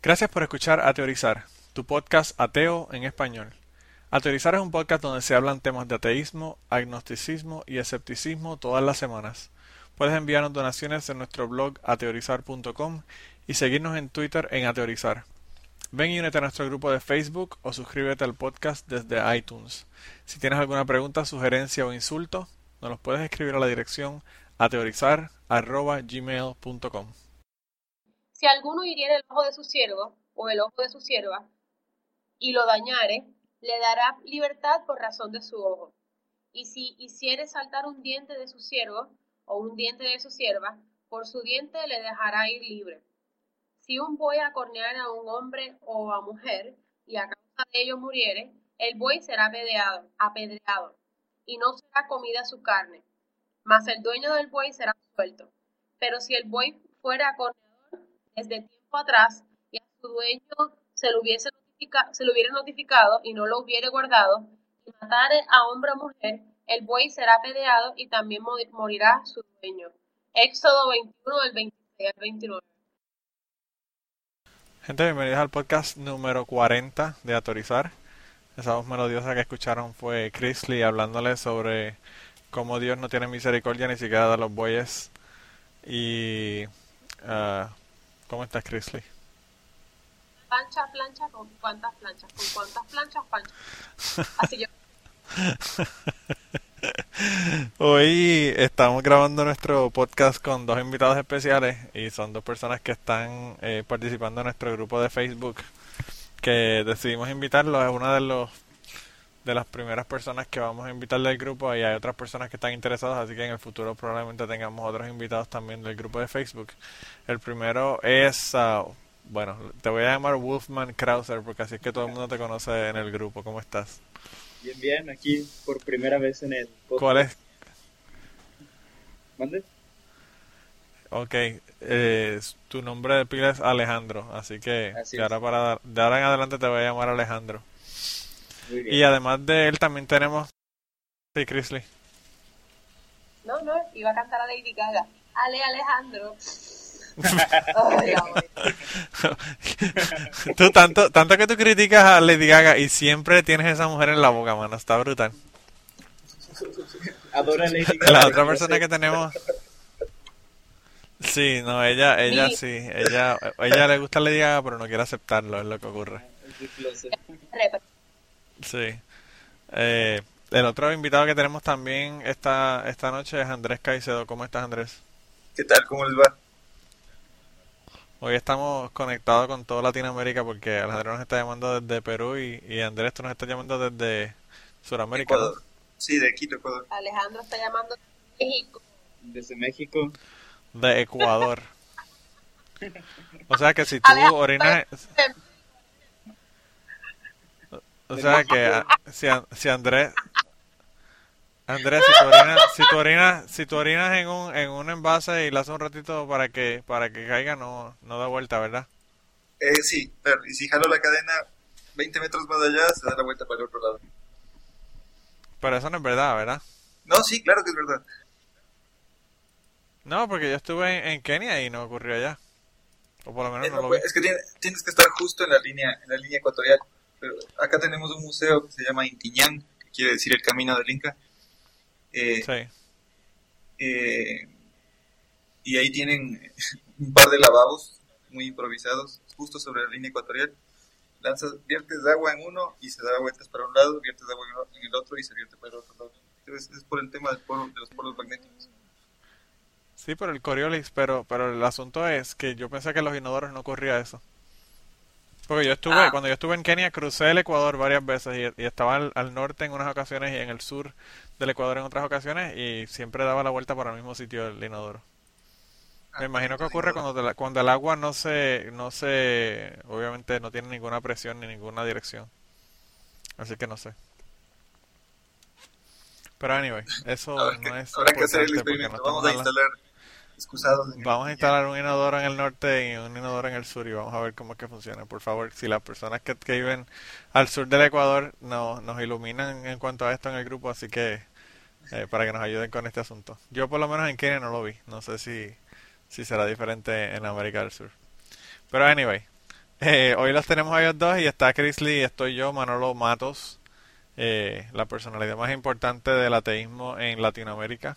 Gracias por escuchar Ateorizar, tu podcast ateo en español. Ateorizar es un podcast donde se hablan temas de ateísmo, agnosticismo y escepticismo todas las semanas. Puedes enviarnos donaciones en nuestro blog ateorizar.com y seguirnos en Twitter en Ateorizar. Ven y únete a nuestro grupo de Facebook o suscríbete al podcast desde iTunes. Si tienes alguna pregunta, sugerencia o insulto, nos los puedes escribir a la dirección ateorizar@gmail.com. Si alguno hiriere el ojo de su siervo, o el ojo de su sierva, y lo dañare, le dará libertad por razón de su ojo. Y si hiciere saltar un diente de su siervo, o un diente de su sierva, por su diente le dejará ir libre. Si un buey acorneare a un hombre o a mujer, y a causa de ello muriere, el buey será apedreado, y no será comida su carne, mas el dueño del buey será suelto. Pero si el buey fuera acorneado desde tiempo atrás, y a su dueño se lo hubiera notificado y no lo hubiere guardado, y matare a hombre o mujer, el buey será apedreado y también morirá su dueño. Éxodo 21, del 26 al 29. Gente, bienvenidos al podcast número 40 de Ateorizar. Esa voz melodiosa que escucharon fue Chrisley hablándole sobre cómo Dios no tiene misericordia ni siquiera de los bueyes. Y ah, ¿cómo estás, Chrisley? Plancha, ¿con cuántas planchas? ¿Con cuántas planchas, pancha? Así yo. Hoy estamos grabando nuestro podcast con dos invitados especiales y son dos personas que están participando en nuestro grupo de Facebook que decidimos invitarlos. Es una de las primeras personas que vamos a invitar del grupo y hay otras personas que están interesadas, así que en el futuro probablemente tengamos otros invitados también del grupo de Facebook. El primero es, bueno, te voy a llamar Wolfman Krauser porque así es que todo el mundo te conoce en el grupo. ¿Cómo estás? Bien, bien, aquí por primera vez en el ¿Cuál podcast. es? ¿Mande? Ok, tu nombre de pila es Alejandro, así que Así de es. de ahora en adelante te voy a llamar Alejandro. Muy Y bien. además de él también tenemos... Sí, Chrisley. No, iba a cantar a Lady Gaga. Alejandro. Ay, amor. Tú tanto que tú criticas a Lady Gaga y siempre tienes esa mujer en la boca, mano, está brutal. Adora a Lady Gaga. La otra yo persona sé. que tenemos... Sí, no, ella Mili, sí, ella le gusta Lady Gaga, pero no quiere aceptarlo, es lo que ocurre. Es de closet. repre. Sí. Eh, el otro invitado que tenemos también esta noche es Andrés Caicedo. ¿Cómo estás, Andrés? ¿Qué tal? ¿Cómo les va? Hoy estamos conectados con toda Latinoamérica porque Alejandro nos está llamando desde Perú y Andrés, tú nos estás llamando desde Sudamérica, ¿no? Ecuador. Sí, de Quito, Ecuador. Alejandro está llamando de México. Desde México. De Ecuador. O sea que si tú Alejandro orinas, o De sea que México. si Andrés, si tú orinas en un envase y lo haces un ratito para que caiga, no da vuelta, ¿verdad? Sí, claro. Y si jalo la cadena 20 metros más allá, se da la vuelta para el otro lado. Pero eso no es verdad, ¿verdad? No, sí, claro que es verdad. No, porque yo estuve en Kenia y no ocurrió allá. O por lo menos no No, lo vi. pues, es que tienes que estar justo en la línea ecuatorial. Pero acá tenemos un museo que se llama Intiñán, que quiere decir el camino del Inca. Eh, Sí. eh, y ahí tienen un par de lavabos muy improvisados, justo sobre la línea ecuatorial. Viertes agua en uno y se da vueltas para un lado, viertes agua en el otro y se vierte para el otro lado. Entonces, es por el tema de los polos magnéticos. Sí, por el Coriolis, pero el asunto es que yo pensé que en los inodoros no ocurría eso. Porque Ah, cuando yo estuve en Kenia, crucé el Ecuador varias veces y estaba al norte en unas ocasiones y en el sur del Ecuador en otras ocasiones y siempre daba la vuelta para el mismo sitio el inodoro. Me imagino que entonces ocurre ignoro. cuando el agua obviamente no tiene ninguna presión ni ninguna dirección. Así que no sé. Pero anyway, eso no es Habrá que hacer el importante porque no experimento. estamos Vamos a hablando. instalar excusados en el Vamos a Intiñán. instalar un inodoro en el norte y un inodoro en el sur y vamos a ver cómo es que funciona. Por favor, si las personas que viven al sur del Ecuador nos iluminan en cuanto a esto en el grupo, así que para que nos ayuden con este asunto. Yo por lo menos en Kenia no lo vi, no sé si será diferente en América del Sur. Pero anyway, Hoy los tenemos a ellos dos y está Chrisley y estoy yo, Manolo Matos, la personalidad más importante del ateísmo en Latinoamérica.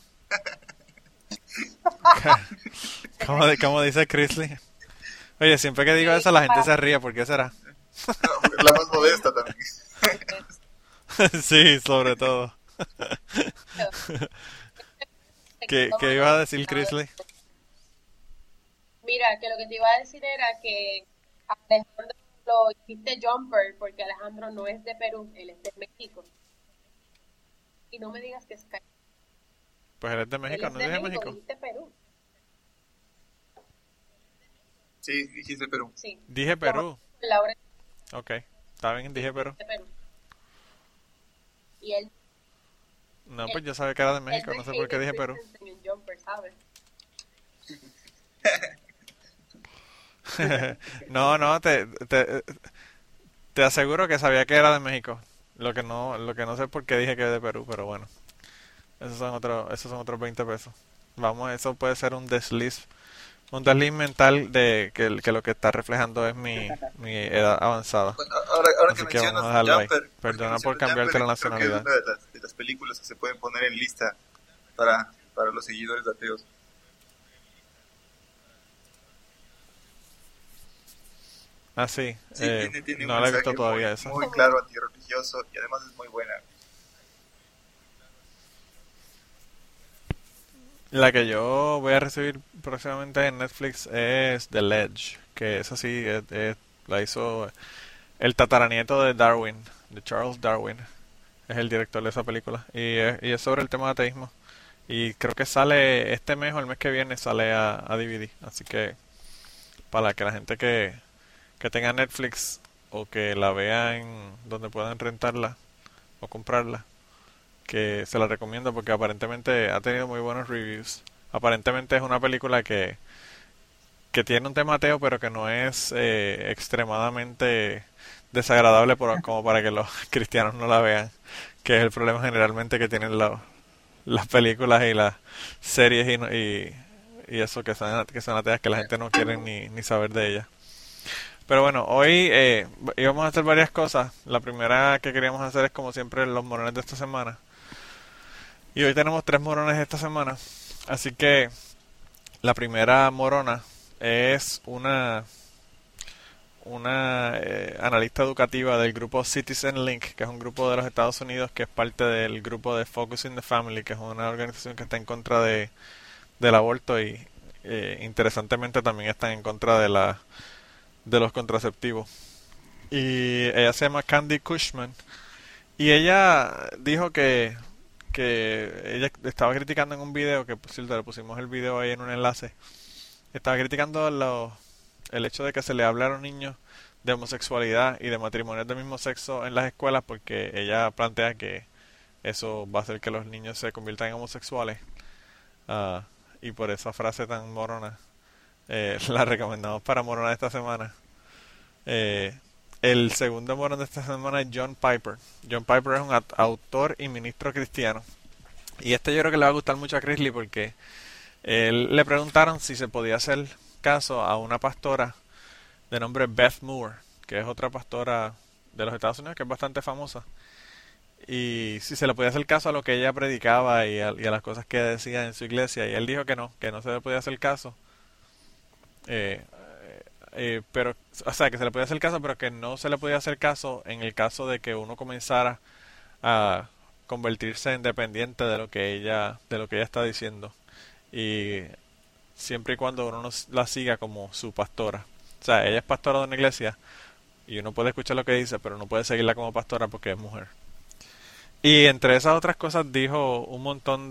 ¿Cómo dice Chrisley? Oye, siempre que digo eso la gente se ríe, ¿por qué será? La más modesta también. Sí, sobre todo. ¿Qué ibas a decir, Chrisley? Mira, que lo que te iba a decir era que Alejandro lo hiciste jumper porque Alejandro no es de Perú, él es de México. Y no me digas que es Cali. Pues él es de Él México, es ¿no de dije México, México? dijiste Perú. Sí, dijiste Perú. Sí. Dije Como Perú. Laura Ok, está bien, dije Perú. es de Perú. Y él, No, él, pues yo sabía que era de él México, no no es sé por qué Hayden dije Perú. Christensen en jumper, ¿sabes? No, te aseguro que sabía que era de México. Lo que no sé por qué dije que es de Perú, pero bueno, esos son otros 20 pesos. Vamos, eso puede ser un desliz mental de que lo que está reflejando es mi edad avanzada. Bueno, ahora que Así que vamos mencionas a dejarlo ahí. Jumper, Perdona por cambiarte la Creo que es nacionalidad. una de las películas que se pueden poner en lista para los seguidores de ateos. Ah, sí, Sí, tiene un no la he visto mensaje todavía esa. muy claro antirreligioso y además es muy buena. La que yo voy a recibir próximamente en Netflix es The Ledge, que esa sí la hizo el tataranieto de Darwin, de Charles Darwin, es el director de esa película y es sobre el tema de ateísmo y creo que sale este mes o el mes que viene sale a DVD, así que para que la gente que tenga Netflix o que la vea en donde puedan rentarla o comprarla, que se la recomiendo porque aparentemente ha tenido muy buenos reviews. Aparentemente es una película que tiene un tema ateo, pero que no es extremadamente desagradable como para que los cristianos no la vean, que es el problema generalmente que tienen las películas y las series y eso que son ateas, que la gente no quiere ni saber de ellas. Pero bueno, hoy íbamos a hacer varias cosas. La primera que queríamos hacer es como siempre los morones de esta semana. Y hoy tenemos 3 morones esta semana. Así que la primera morona es una analista educativa del grupo Citizen Link, que es un grupo de los Estados Unidos que es parte del grupo de Focusing the Family, que es una organización que está en contra del aborto y interesantemente también están en contra de los contraceptivos. Y ella se llama Candy Cushman y ella dijo que ella estaba criticando en un video, que por cierto le pusimos el video ahí en un enlace, estaba criticando el hecho de que se le hable a los niños de homosexualidad y de matrimonios del mismo sexo en las escuelas porque ella plantea que eso va a hacer que los niños se conviertan en homosexuales. Ah, y por esa frase tan morona la recomendamos para morona de esta semana. Eh, el segundo morón de esta semana es John Piper. John Piper es un autor y ministro cristiano. Y este yo creo que le va a gustar mucho a Chrisley porque le preguntaron si se podía hacer caso a una pastora de nombre Beth Moore, que es otra pastora de los Estados Unidos que es bastante famosa. Y si se le podía hacer caso a lo que ella predicaba y a las cosas que decía en su iglesia. Y él dijo que no se le podía hacer caso. Eh, pero, o sea, que se le podía hacer caso, pero que no se le podía hacer caso en el caso de que uno comenzara a convertirse en dependiente de lo que ella está diciendo. Y siempre y cuando uno no la siga como su pastora. O sea, ella es pastora de una iglesia y uno puede escuchar lo que dice, pero no puede seguirla como pastora porque es mujer. Y entre esas otras cosas dijo un montón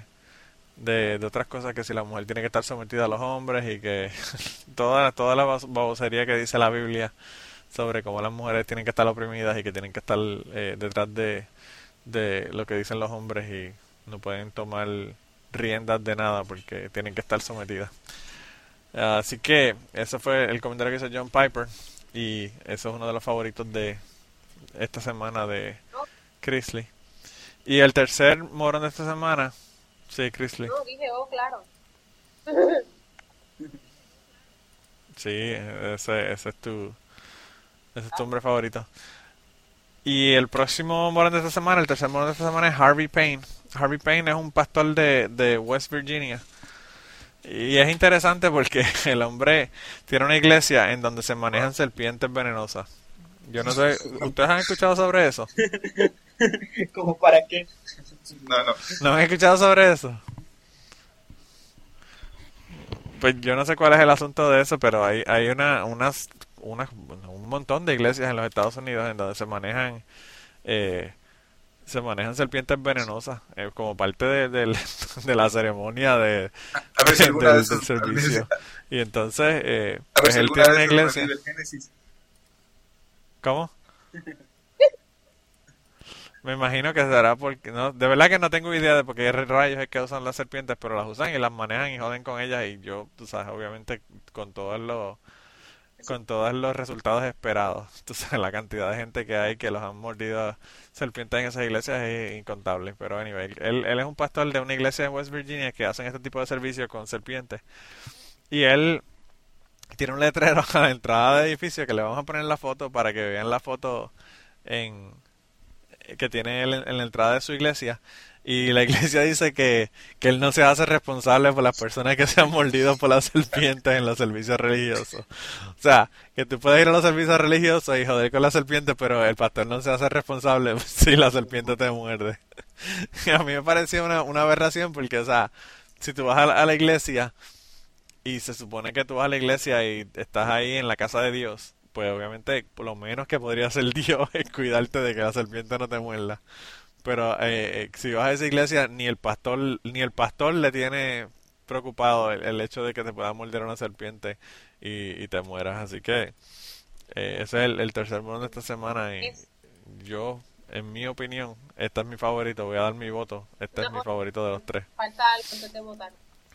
de otras cosas, que si la mujer tiene que estar sometida a los hombres y que toda la babosería que dice la Biblia sobre cómo las mujeres tienen que estar oprimidas y que tienen que estar detrás de lo que dicen los hombres y no pueden tomar riendas de nada porque tienen que estar sometidas. Así que ese fue el comentario que hizo John Piper y eso es uno de los favoritos de esta semana de No, Chrisley. Y el tercer morón de esta semana, sí, Chrisley. no, dije, oh, claro. Sí, ese es Ese es tu hombre favorito. Y el próximo morón de esta semana, el tercer morón de esta semana es Harvey Payne. Harvey Payne es un pastor de West Virginia. Y es interesante porque el hombre tiene una iglesia en donde se manejan serpientes venenosas. Yo no sé, ¿ustedes han escuchado sobre eso? ¿Cómo para qué? No, no. ¿No han escuchado sobre eso? Pues yo no sé cuál es el asunto de eso, pero hay un montón de iglesias en los Estados Unidos en donde eh, se manejan serpientes venenosas como parte de la ceremonia A ver si alguna del vez, servicio. Y entonces, a ver pues si él alguna tiene una vez iglesia. revive el Génesis. ¿Cómo? Me imagino que será porque no, de verdad que no tengo idea de por qué rayos es que usan las serpientes, pero las usan y las manejan y joden con ellas y yo, tú sabes, obviamente con todos los resultados esperados. Tú sabes, la cantidad de gente que hay que los han mordido serpientes en esas iglesias es incontable. Pero anyway, él es un pastor de una iglesia en West Virginia que hacen este tipo de servicios con serpientes. Y él tiene un letrero a la entrada del edificio que le vamos a poner la foto para que vean la foto en que tiene él en la entrada de su iglesia. Y la iglesia dice que él no se hace responsable por las personas que se han mordido por las serpientes en los servicios religiosos. O sea, que tú puedes ir a los servicios religiosos y joder con la serpiente, pero el pastor no se hace responsable si la serpiente te muerde. Y a mí me pareció una aberración porque, o sea, si tú vas a la iglesia y se supone que tú vas a la iglesia y estás ahí en la casa de Dios, pues obviamente por lo menos que podría hacer Dios es cuidarte de que la serpiente no te muerda. Pero si vas a esa iglesia, ni el pastor le tiene preocupado el hecho de que te pueda morder una serpiente y te mueras. Así que ese es el tercer mono de esta semana y Es yo, en mi opinión, este es mi favorito. Voy a dar mi voto. Este es mi una favorito de los tres. falta algo antes de votar.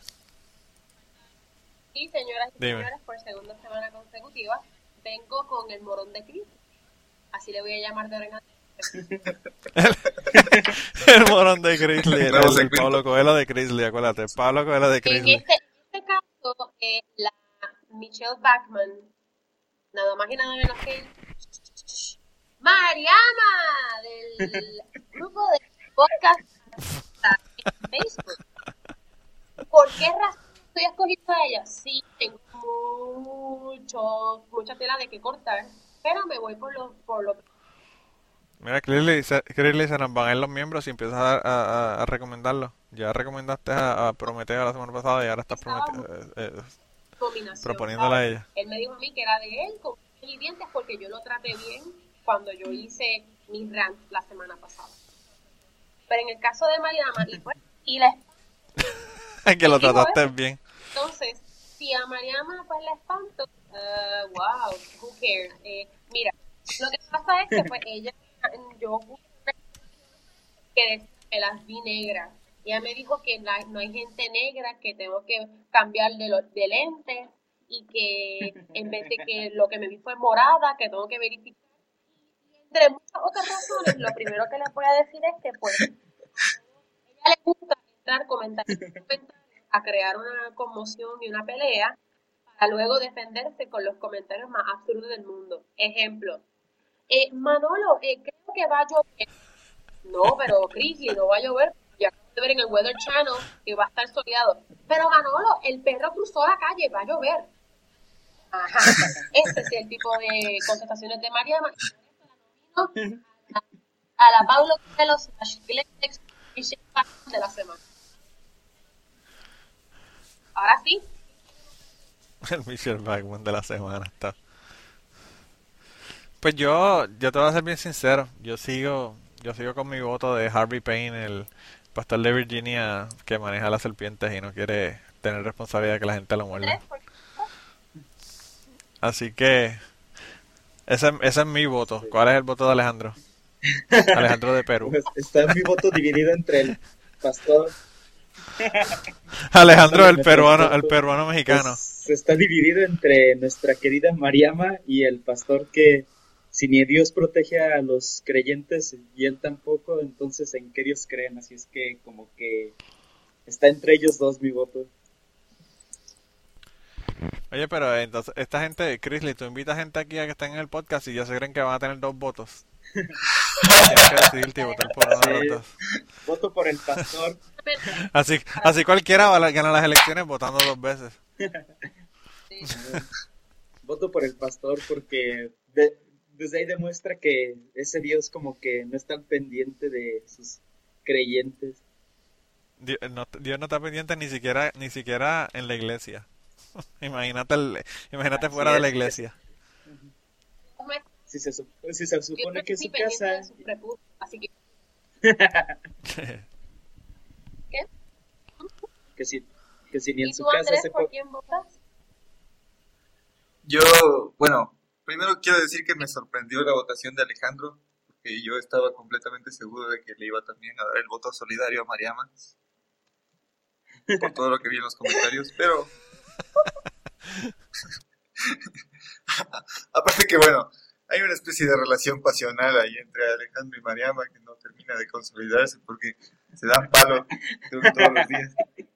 Y señoras y Dime. señores, por segunda semana consecutiva, vengo con el morón de Cristo. Así le voy a llamar de ahora en adelante. El morón de Grizzly, Nuevo el segmento. Pablo Coelho de Grizzly, acuérdate. Pablo Coelho de En Grizzly. este caso, la Michelle Bachmann, nada más y nada menos que Mariama del grupo de podcast en Facebook. ¿Por qué razón estoy escogiendo a ella? Sí, tengo mucha tela de que cortar, pero me voy por lo Mira, Grizzly, se nos van a ir los miembros y empiezas a recomendarlo. Ya recomendaste a Prometeo la semana pasada y ahora estás estaba nominación, proponiéndola a ¿sabes? ella. Él me dijo a mí que era de él con uñas y dientes porque yo lo traté bien cuando yo hice mi rant la semana pasada. Pero en el caso de Mariama, y la Que lo digo trataste eso. bien. Entonces, si a Mariama pues la espanto, wow, who cares? Mira, lo que pasa es que pues ella, yo que las vi negras. Ella me dijo que no hay gente negra, que tengo que cambiar de lente y que en vez de que lo que me vi fue morada, que tengo que verificar. Entre muchas otras razones, lo primero que les voy a decir es que pues a ella le gusta entrar comentarios a crear una conmoción y una pelea para luego defenderse con los comentarios más absurdos del mundo. Ejemplo, Manolo, creo que va a llover. No, pero Grizzly, no va a llover. Ya acabo de ver en el Weather Channel que va a estar soleado. Pero Manolo, el perro cruzó la calle, va a llover. Ajá, ese es el tipo de contestaciones de Mariama. A la Paulo Coelho de la semana. Ahora sí, El Michelle Bachmann de la semana está. Pues yo te voy a ser bien sincero. Yo sigo con mi voto de Harvey Payne, el pastor de Virginia que maneja las serpientes y no quiere tener responsabilidad de que la gente lo muerda. Así que ese es mi voto. ¿Cuál es el voto de Alejandro? Alejandro de Perú. Pues está mi voto dividido entre el pastor. Alejandro el Nuestro peruano experto, mexicano. pues, está dividido entre nuestra querida Mariama y el pastor que, si ni Dios protege a los creyentes y él tampoco, entonces ¿en qué Dios creen? Así es que como que está entre ellos dos mi voto. Oye, pero entonces, esta gente, Chrisley, tú invitas gente aquí a que estén en el podcast y ya se creen que van a tener dos votos. Tienes que decidirte y votar por uno de los Sí, dos. voto por el pastor. Así cualquiera gana las elecciones votando dos veces. Sí. Voto por el pastor porque desde ahí demuestra que ese Dios como que no está al pendiente de sus creyentes. Dios no está pendiente ni siquiera en la iglesia. Imagínate, imagínate Así fuera de la es. iglesia. No es- Si se Dios no supone que es es ni su pendiente casa, de sus recursos, así que, ¿qué? que si ni en ¿Y su tú, casa Andrés, se por puede... quién votas? Yo, bueno, primero quiero decir que me sorprendió la votación de Alejandro, porque yo estaba completamente seguro de que le iba también a dar el voto solidario a Mariama, por todo lo que vi en los comentarios, pero aparte que bueno, hay una especie de relación pasional ahí entre Alejandro y Mariama que no termina de consolidarse porque se dan palo creo que todos los días.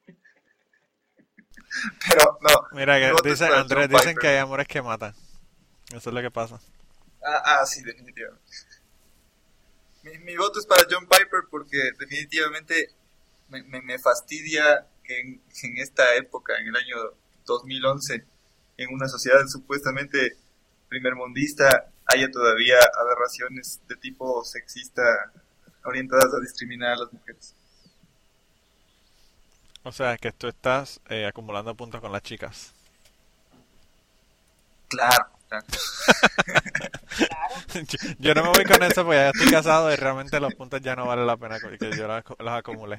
Pero no, Mira, mi que voto es dicen, para Andrés, John dicen que Piper. hay amores que matan. Eso es lo que pasa. Sí, definitivamente. Mi voto es para John Piper porque definitivamente me fastidia que en esta época, en el año 2011, en una sociedad supuestamente primermundista, haya todavía aberraciones de tipo sexista orientadas a discriminar a las mujeres. O sea, que tú estás acumulando puntos con las chicas. Claro, claro. Claro. Yo no me voy con eso porque ya estoy casado y realmente los puntos ya no vale la pena que yo los acumule.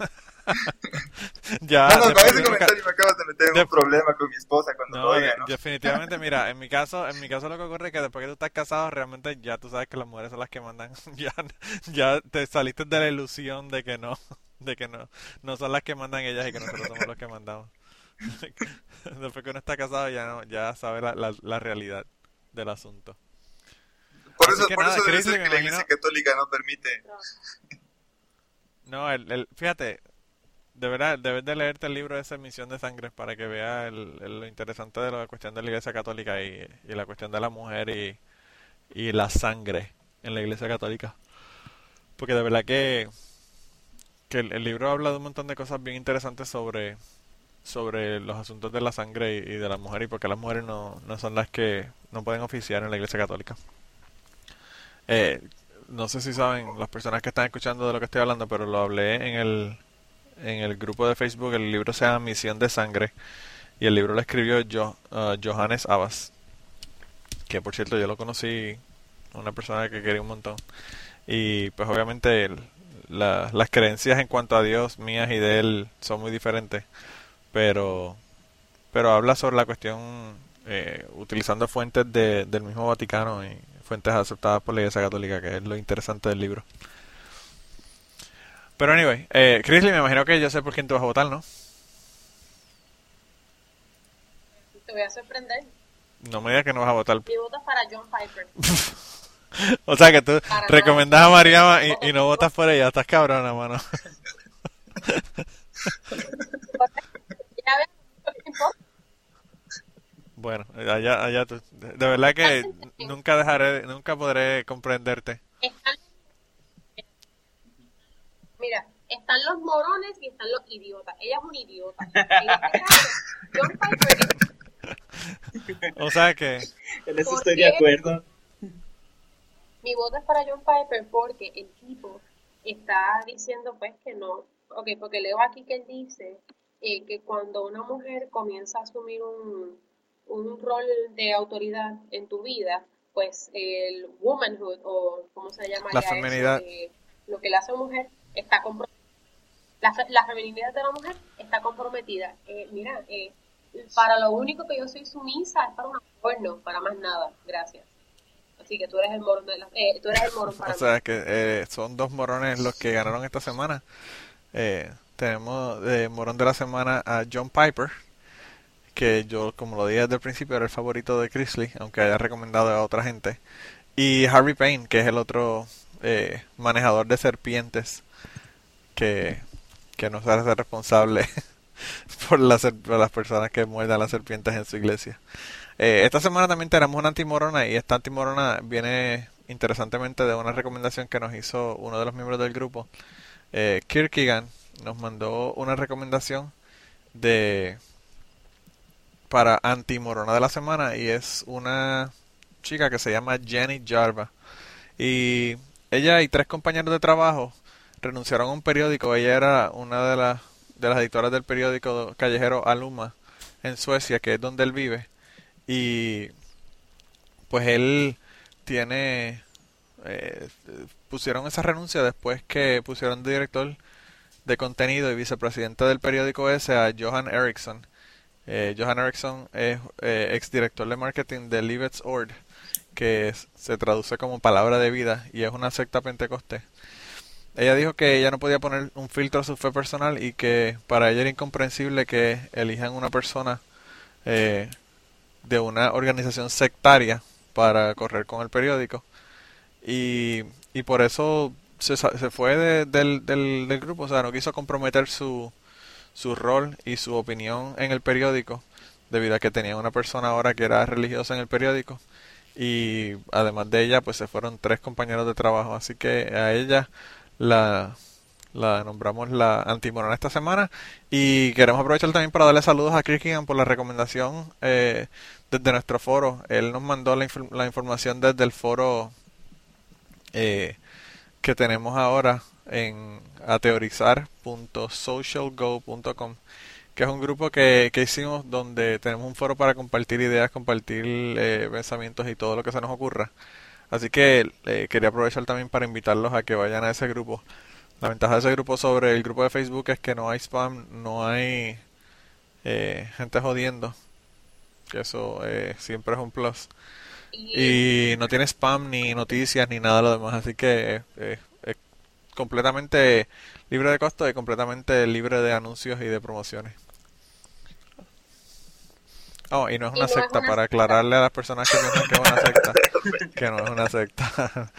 Ya, No, con después ese que uno comentario me acabas de meter en de- un problema con mi esposa cuando lo no, oiga, ¿no? definitivamente, mira, en mi caso lo que ocurre es que después que tú estás casado, realmente ya tú sabes que las mujeres son las que mandan. Ya, ya te saliste de la ilusión de que no son las que mandan ellas y que nosotros somos los que mandamos. Después que uno está casado ya no, ya sabe la realidad del asunto. Así que Por nada, eso debe Chrisley, ser me que la imagino. Iglesia Católica no permite. No. No, fíjate, de verdad, debes de leerte el libro de esa Misión de Sangre para que veas lo interesante de la cuestión de la Iglesia Católica y la cuestión de la mujer y la sangre en la Iglesia Católica. Porque de verdad que el libro habla de un montón de cosas bien interesantes sobre los asuntos de la sangre y de la mujer y por qué las mujeres no son las que no pueden oficiar en la Iglesia Católica. Eh, no sé si saben las personas que están escuchando de lo que estoy hablando, pero lo hablé en el grupo de Facebook. El libro se llama Misión de Sangre y el libro lo escribió Johannes Abbas, que por cierto yo lo conocí, una persona que quería un montón. Y pues obviamente las creencias en cuanto a Dios mías y de él son muy diferentes, pero habla sobre la cuestión utilizando fuentes del mismo Vaticano y fuentes aceptadas por la Iglesia Católica, que es lo interesante del libro. Pero anyway, Chrisley, me imagino que yo sé por quién tú vas a votar, ¿no? Te voy a sorprender. No me digas que no vas a votar. Mi voto es para John Piper. O sea que tú Para recomendas a nada. Mariama y no votas por ella. Estás cabrona, mano. Ya ves, no me importa. Bueno, allá tú. De verdad que nunca podré comprenderte. Están, mira, están los morones y están los idiotas. Ella es un idiota. En este caso, John Piper, O sea que, En eso ¿por estoy qué? de acuerdo. Mi voto es para John Piper porque el tipo está diciendo pues que no. Ok, porque leo aquí que él dice que cuando una mujer comienza a asumir un rol de autoridad en tu vida, pues el womanhood, o ¿cómo se la llamaría eso? feminidad. Lo que le hace a una mujer está comprometida. La feminidad de la mujer está comprometida. Mira, para lo único que yo soy sumisa es para un porno, para más nada. Gracias. Así que tú eres el morón tú eres el morón O para mí. sea que son dos morones los que ganaron esta semana. Tenemos de morón de la semana a John Piper, que yo, como lo dije desde el principio, era el favorito de Chrisley, aunque haya recomendado a otra gente. Y Harvey Payne, que es el otro manejador de serpientes que no se hace responsable por las personas que muerdan las serpientes en su iglesia. Esta semana también tenemos una antimorona y esta antimorona viene interesantemente de una recomendación que nos hizo uno de los miembros del grupo. Kierkegaard nos mandó una recomendación de para antimorona de la semana y es una chica que se llama Jenny Jarva y ella y 3 compañeros de trabajo renunciaron a un periódico. Ella era una de las editoras del periódico callejero Aluma en Suecia, que es donde él vive, y pues él tiene pusieron esa renuncia después que pusieron de director de contenido y vicepresidente del periódico ese a Johan Eriksson. Johan Eriksson es exdirector de marketing de Livets Ord, que se traduce como palabra de vida y es una secta pentecostés. Ella dijo que ella no podía poner un filtro a su fe personal y que para ella era incomprensible que elijan una persona de una organización sectaria para correr con el periódico y por eso se fue del grupo. O sea, no quiso comprometer su rol y su opinión en el periódico debido a que tenía una persona ahora que era religiosa en el periódico y además de ella pues se fueron 3 compañeros de trabajo, así que a ella la nombramos la antimorona esta semana y queremos aprovechar también para darle saludos a Kierkegaard por la recomendación desde nuestro foro. Él nos mandó la información desde el foro que tenemos ahora en ateorizar.socialgo.com, que es un grupo que hicimos donde tenemos un foro para compartir ideas, compartir pensamientos y todo lo que se nos ocurra. Así que quería aprovechar también para invitarlos a que vayan a ese grupo. La ventaja de ese grupo sobre el grupo de Facebook es que no hay spam, no hay gente jodiendo, que eso siempre es un plus. Y no tiene spam ni noticias ni nada de lo demás, así que es completamente libre de costo y completamente libre de anuncios y de promociones. Oh, y no es Y una no es secta, una para secta. aclararle a las personas que piensan que es una secta, que no es una secta.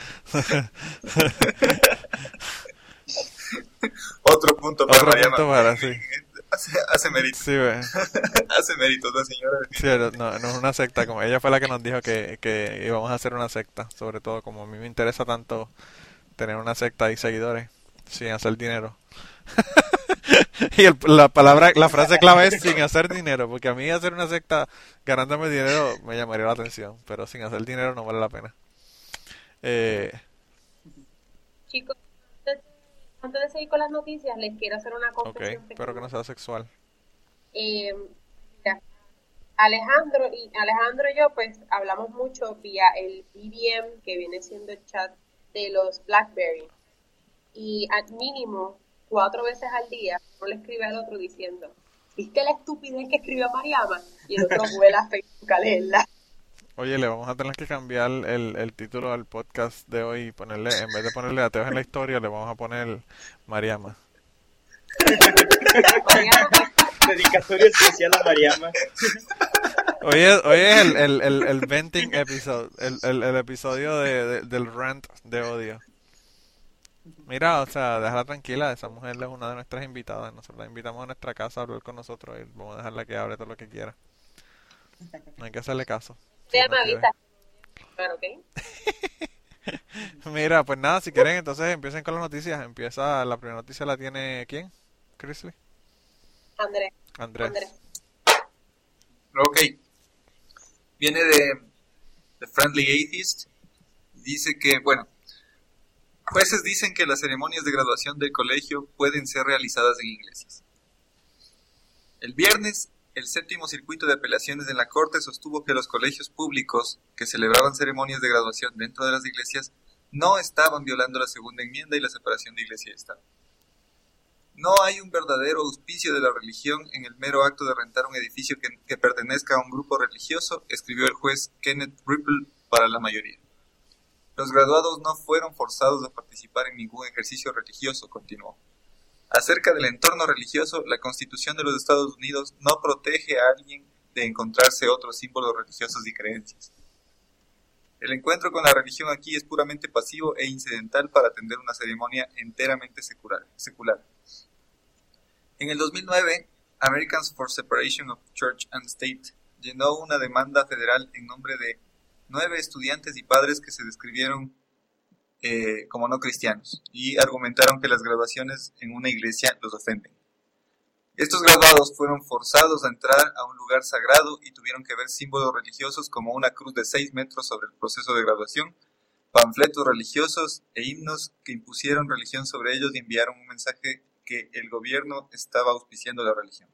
Otro punto para Otro Mariama. punto para, sí. Hace mérito. Sí, ve. Hace mérito la señora. Sí, no es una secta, como ella fue la que nos dijo que íbamos a hacer una secta, sobre todo como a mí me interesa tanto tener una secta y seguidores sin hacer dinero. Y la frase clave es sin hacer dinero, porque a mí hacer una secta ganándome dinero me llamaría la atención, pero sin hacer dinero no vale la pena. Eh, Chicos, antes de seguir con las noticias, les quiero hacer una ok, confesión espero que no pequeña. sea sexual. Mira, Alejandro y yo pues hablamos mucho vía el BBM, que viene siendo el chat de los BlackBerry. Y al mínimo 4 veces al día uno le escribe al otro diciendo, ¿viste la estupidez que escribió Mariama? Y el otro vuela a Facebook a leerla. Oye, le vamos a tener que cambiar el título al podcast de hoy y ponerle, en vez de ponerle ateos en la historia, le vamos a poner Mariama. Mariama, Dedicatoria especial a Mariama. Hoy es el venting episode, el episodio del rant de odio. Mira, o sea, déjala tranquila, esa mujer es una de nuestras invitadas. Nosotros la invitamos a nuestra casa a hablar con nosotros y vamos a dejarla que hable todo lo que quiera. No hay que hacerle caso. Si te no quiere. avisa. Claro, ¿ok? Mira, pues nada, si quieren, entonces empiecen con las noticias. La primera noticia la tiene ¿quién? Chrisley. Andrés. Andrés. Ok. Viene de Friendly Atheist. Dice que, bueno, jueces dicen que las ceremonias de graduación del colegio pueden ser realizadas en iglesias. El viernes, el séptimo circuito de apelaciones en la Corte sostuvo que los colegios públicos que celebraban ceremonias de graduación dentro de las iglesias no estaban violando la segunda enmienda y la separación de iglesia y Estado. No hay un verdadero auspicio de la religión en el mero acto de rentar un edificio que pertenezca a un grupo religioso, escribió el juez Kenneth Ripple para la mayoría. Los graduados no fueron forzados a participar en ningún ejercicio religioso, continuó. Acerca del entorno religioso, la Constitución de los Estados Unidos no protege a alguien de encontrarse otros símbolos religiosos y creencias. El encuentro con la religión aquí es puramente pasivo e incidental para atender una ceremonia enteramente secular. En el 2009, Americans for Separation of Church and State llenó una demanda federal en nombre de 9 estudiantes y padres que se describieron como no cristianos y argumentaron que las graduaciones en una iglesia los ofenden. Estos graduados fueron forzados a entrar a un lugar sagrado y tuvieron que ver símbolos religiosos como una cruz de 6 metros sobre el proceso de graduación, panfletos religiosos e himnos que impusieron religión sobre ellos y enviaron un mensaje que el gobierno estaba auspiciando la religión.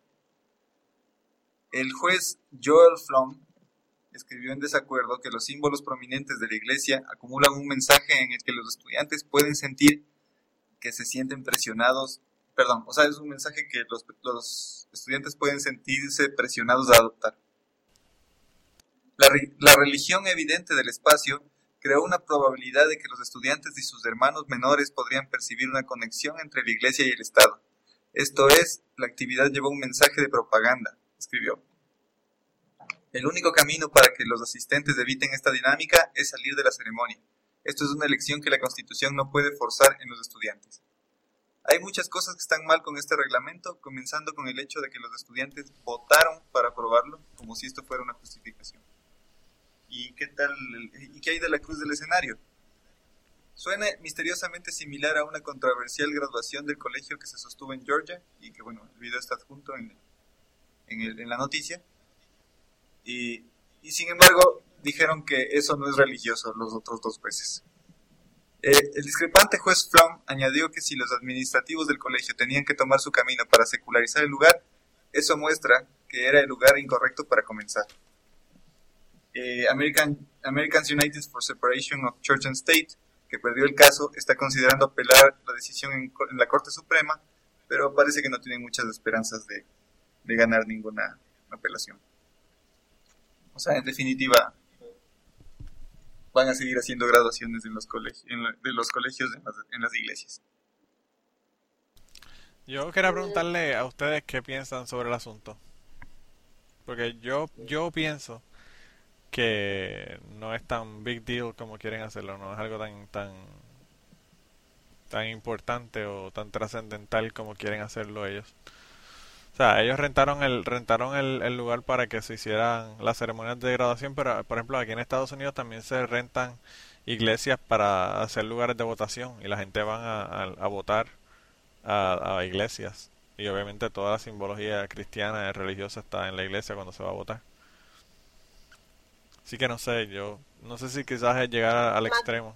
El juez Joel Flom escribió en desacuerdo que los símbolos prominentes de la iglesia acumulan un mensaje en el que los estudiantes pueden sentir que se sienten presionados, es un mensaje que los estudiantes pueden sentirse presionados a adoptar. La religión evidente del espacio creó una probabilidad de que los estudiantes y sus hermanos menores podrían percibir una conexión entre la iglesia y el Estado. Esto es, la actividad llevó un mensaje de propaganda, escribió. El único camino para que los asistentes eviten esta dinámica es salir de la ceremonia. Esto es una elección que la Constitución no puede forzar en los estudiantes. Hay muchas cosas que están mal con este reglamento, comenzando con el hecho de que los estudiantes votaron para aprobarlo, como si esto fuera una justificación. ¿Y qué hay de la cruz del escenario? Suena misteriosamente similar a una controversial graduación del colegio que se sostuvo en Georgia, y que el video está adjunto en la noticia. Y sin embargo, dijeron que eso no es religioso los otros 2 jueces. El discrepante juez Flom añadió que si los administrativos del colegio tenían que tomar su camino para secularizar el lugar, eso muestra que era el lugar incorrecto para comenzar. Americans United for Separation of Church and State, que perdió el caso, está considerando apelar la decisión en la Corte Suprema, pero parece que no tienen muchas esperanzas de ganar ninguna apelación. O sea, en definitiva, van a seguir haciendo graduaciones de los colegios en las iglesias. Yo quería preguntarle a ustedes qué piensan sobre el asunto. Porque yo pienso que no es tan big deal como quieren hacerlo, no es algo tan importante o tan trascendental como quieren hacerlo ellos. O sea, ellos rentaron el lugar para que se hicieran las ceremonias de graduación, pero por ejemplo aquí en Estados Unidos también se rentan iglesias para hacer lugares de votación y la gente va a votar a iglesias y obviamente toda la simbología cristiana y religiosa está en la iglesia cuando se va a votar. Así que no sé, yo no sé si quizás es llegar al extremo.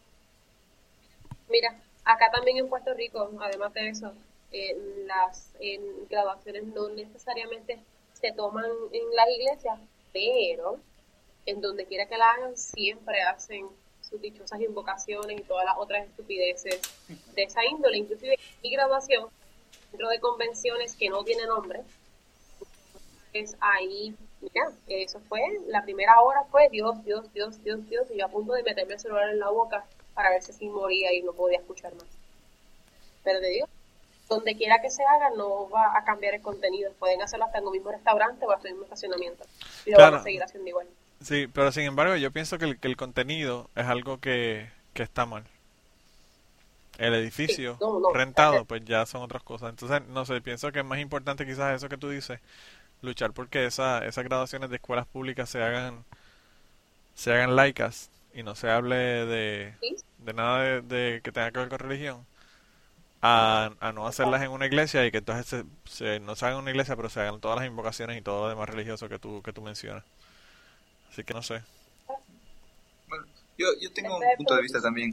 Mira, acá también en Puerto Rico, además de eso, las graduaciones no necesariamente se toman en las iglesias, pero en donde quiera que la hagan siempre hacen sus dichosas invocaciones y todas las otras estupideces de esa índole. Inclusive mi graduación dentro de convenciones que no tiene nombre, es ahí, mira, eso fue, la primera hora fue Dios, y yo a punto de meterme el celular en la boca para ver si así moría y no podía escuchar más. Pero te digo, donde quiera que se haga no va a cambiar el contenido, pueden hacerlo hasta en el mismo restaurante o hasta en el mismo estacionamiento y lo van a seguir haciendo igual. Sí, pero sin embargo yo pienso que el contenido es algo que está mal. El edificio rentado pues ya son otras cosas. Entonces, no sé, pienso que es más importante quizás eso que tú dices, luchar porque esas graduaciones de escuelas públicas se hagan laicas y no se hable de nada de que tenga que ver con religión, a no hacerlas en una iglesia y que entonces no se hagan en una iglesia pero se hagan todas las invocaciones y todo lo demás religioso que tú mencionas. Así que no sé. Bueno, yo tengo un punto de vista también.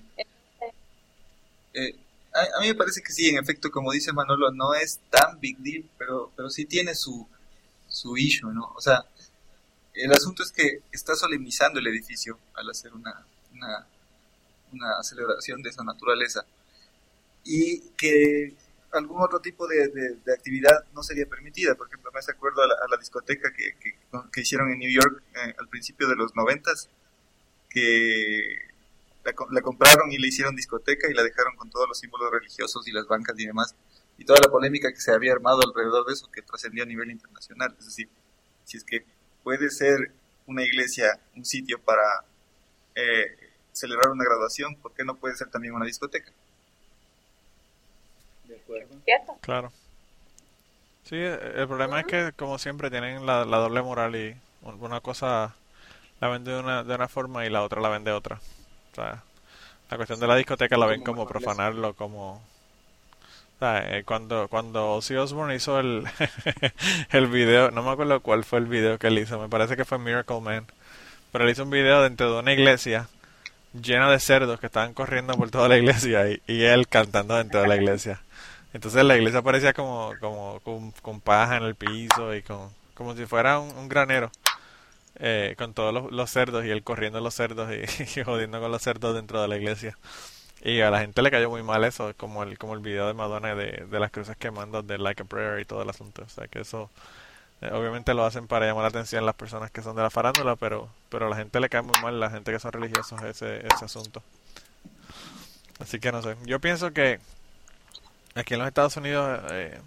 A mí me parece que sí, en efecto, como dice Manolo, no es tan big deal, pero sí tiene su issue, ¿no? O sea, el asunto es que está solemnizando el edificio al hacer una celebración de esa naturaleza y que algún otro tipo de actividad no sería permitida. Por ejemplo, me hace acuerdo a la discoteca que hicieron en New York al principio de los 90s, que la compraron y le hicieron discoteca y la dejaron con todos los símbolos religiosos y las bancas y demás, y toda la polémica que se había armado alrededor de eso, que trascendió a nivel internacional. Es decir, si es que puede ser una iglesia un sitio para celebrar una graduación, ¿por qué no puede ser también una discoteca? De acuerdo. ¿Cierto? Claro. Sí, el problema es que, como siempre, tienen la doble moral y una cosa la ven de una forma y la otra la ven de otra. O sea, la cuestión de la Sí, discoteca la ven como como mejor les conviene. profanarlo, como... O sea, cuando Ozzy Osbourne hizo el video, no me acuerdo cuál fue el video que él hizo, me parece que fue Miracle Man, pero él hizo un video dentro de una iglesia llena de cerdos que estaban corriendo por toda la iglesia y él cantando dentro de la iglesia. Entonces la iglesia parecía como con paja en el piso y como si fuera un granero, con todos los cerdos y él corriendo los cerdos y jodiendo con los cerdos dentro de la iglesia. Y a la gente le cayó muy mal eso, como el video de Madonna de las cruces quemando de Like a Prayer y todo el asunto. O sea que eso, obviamente lo hacen para llamar la atención las personas que son de la farándula, pero a la gente le cae muy mal, la gente que son religiosos, ese asunto. Así que no sé, yo pienso que aquí en los Estados Unidos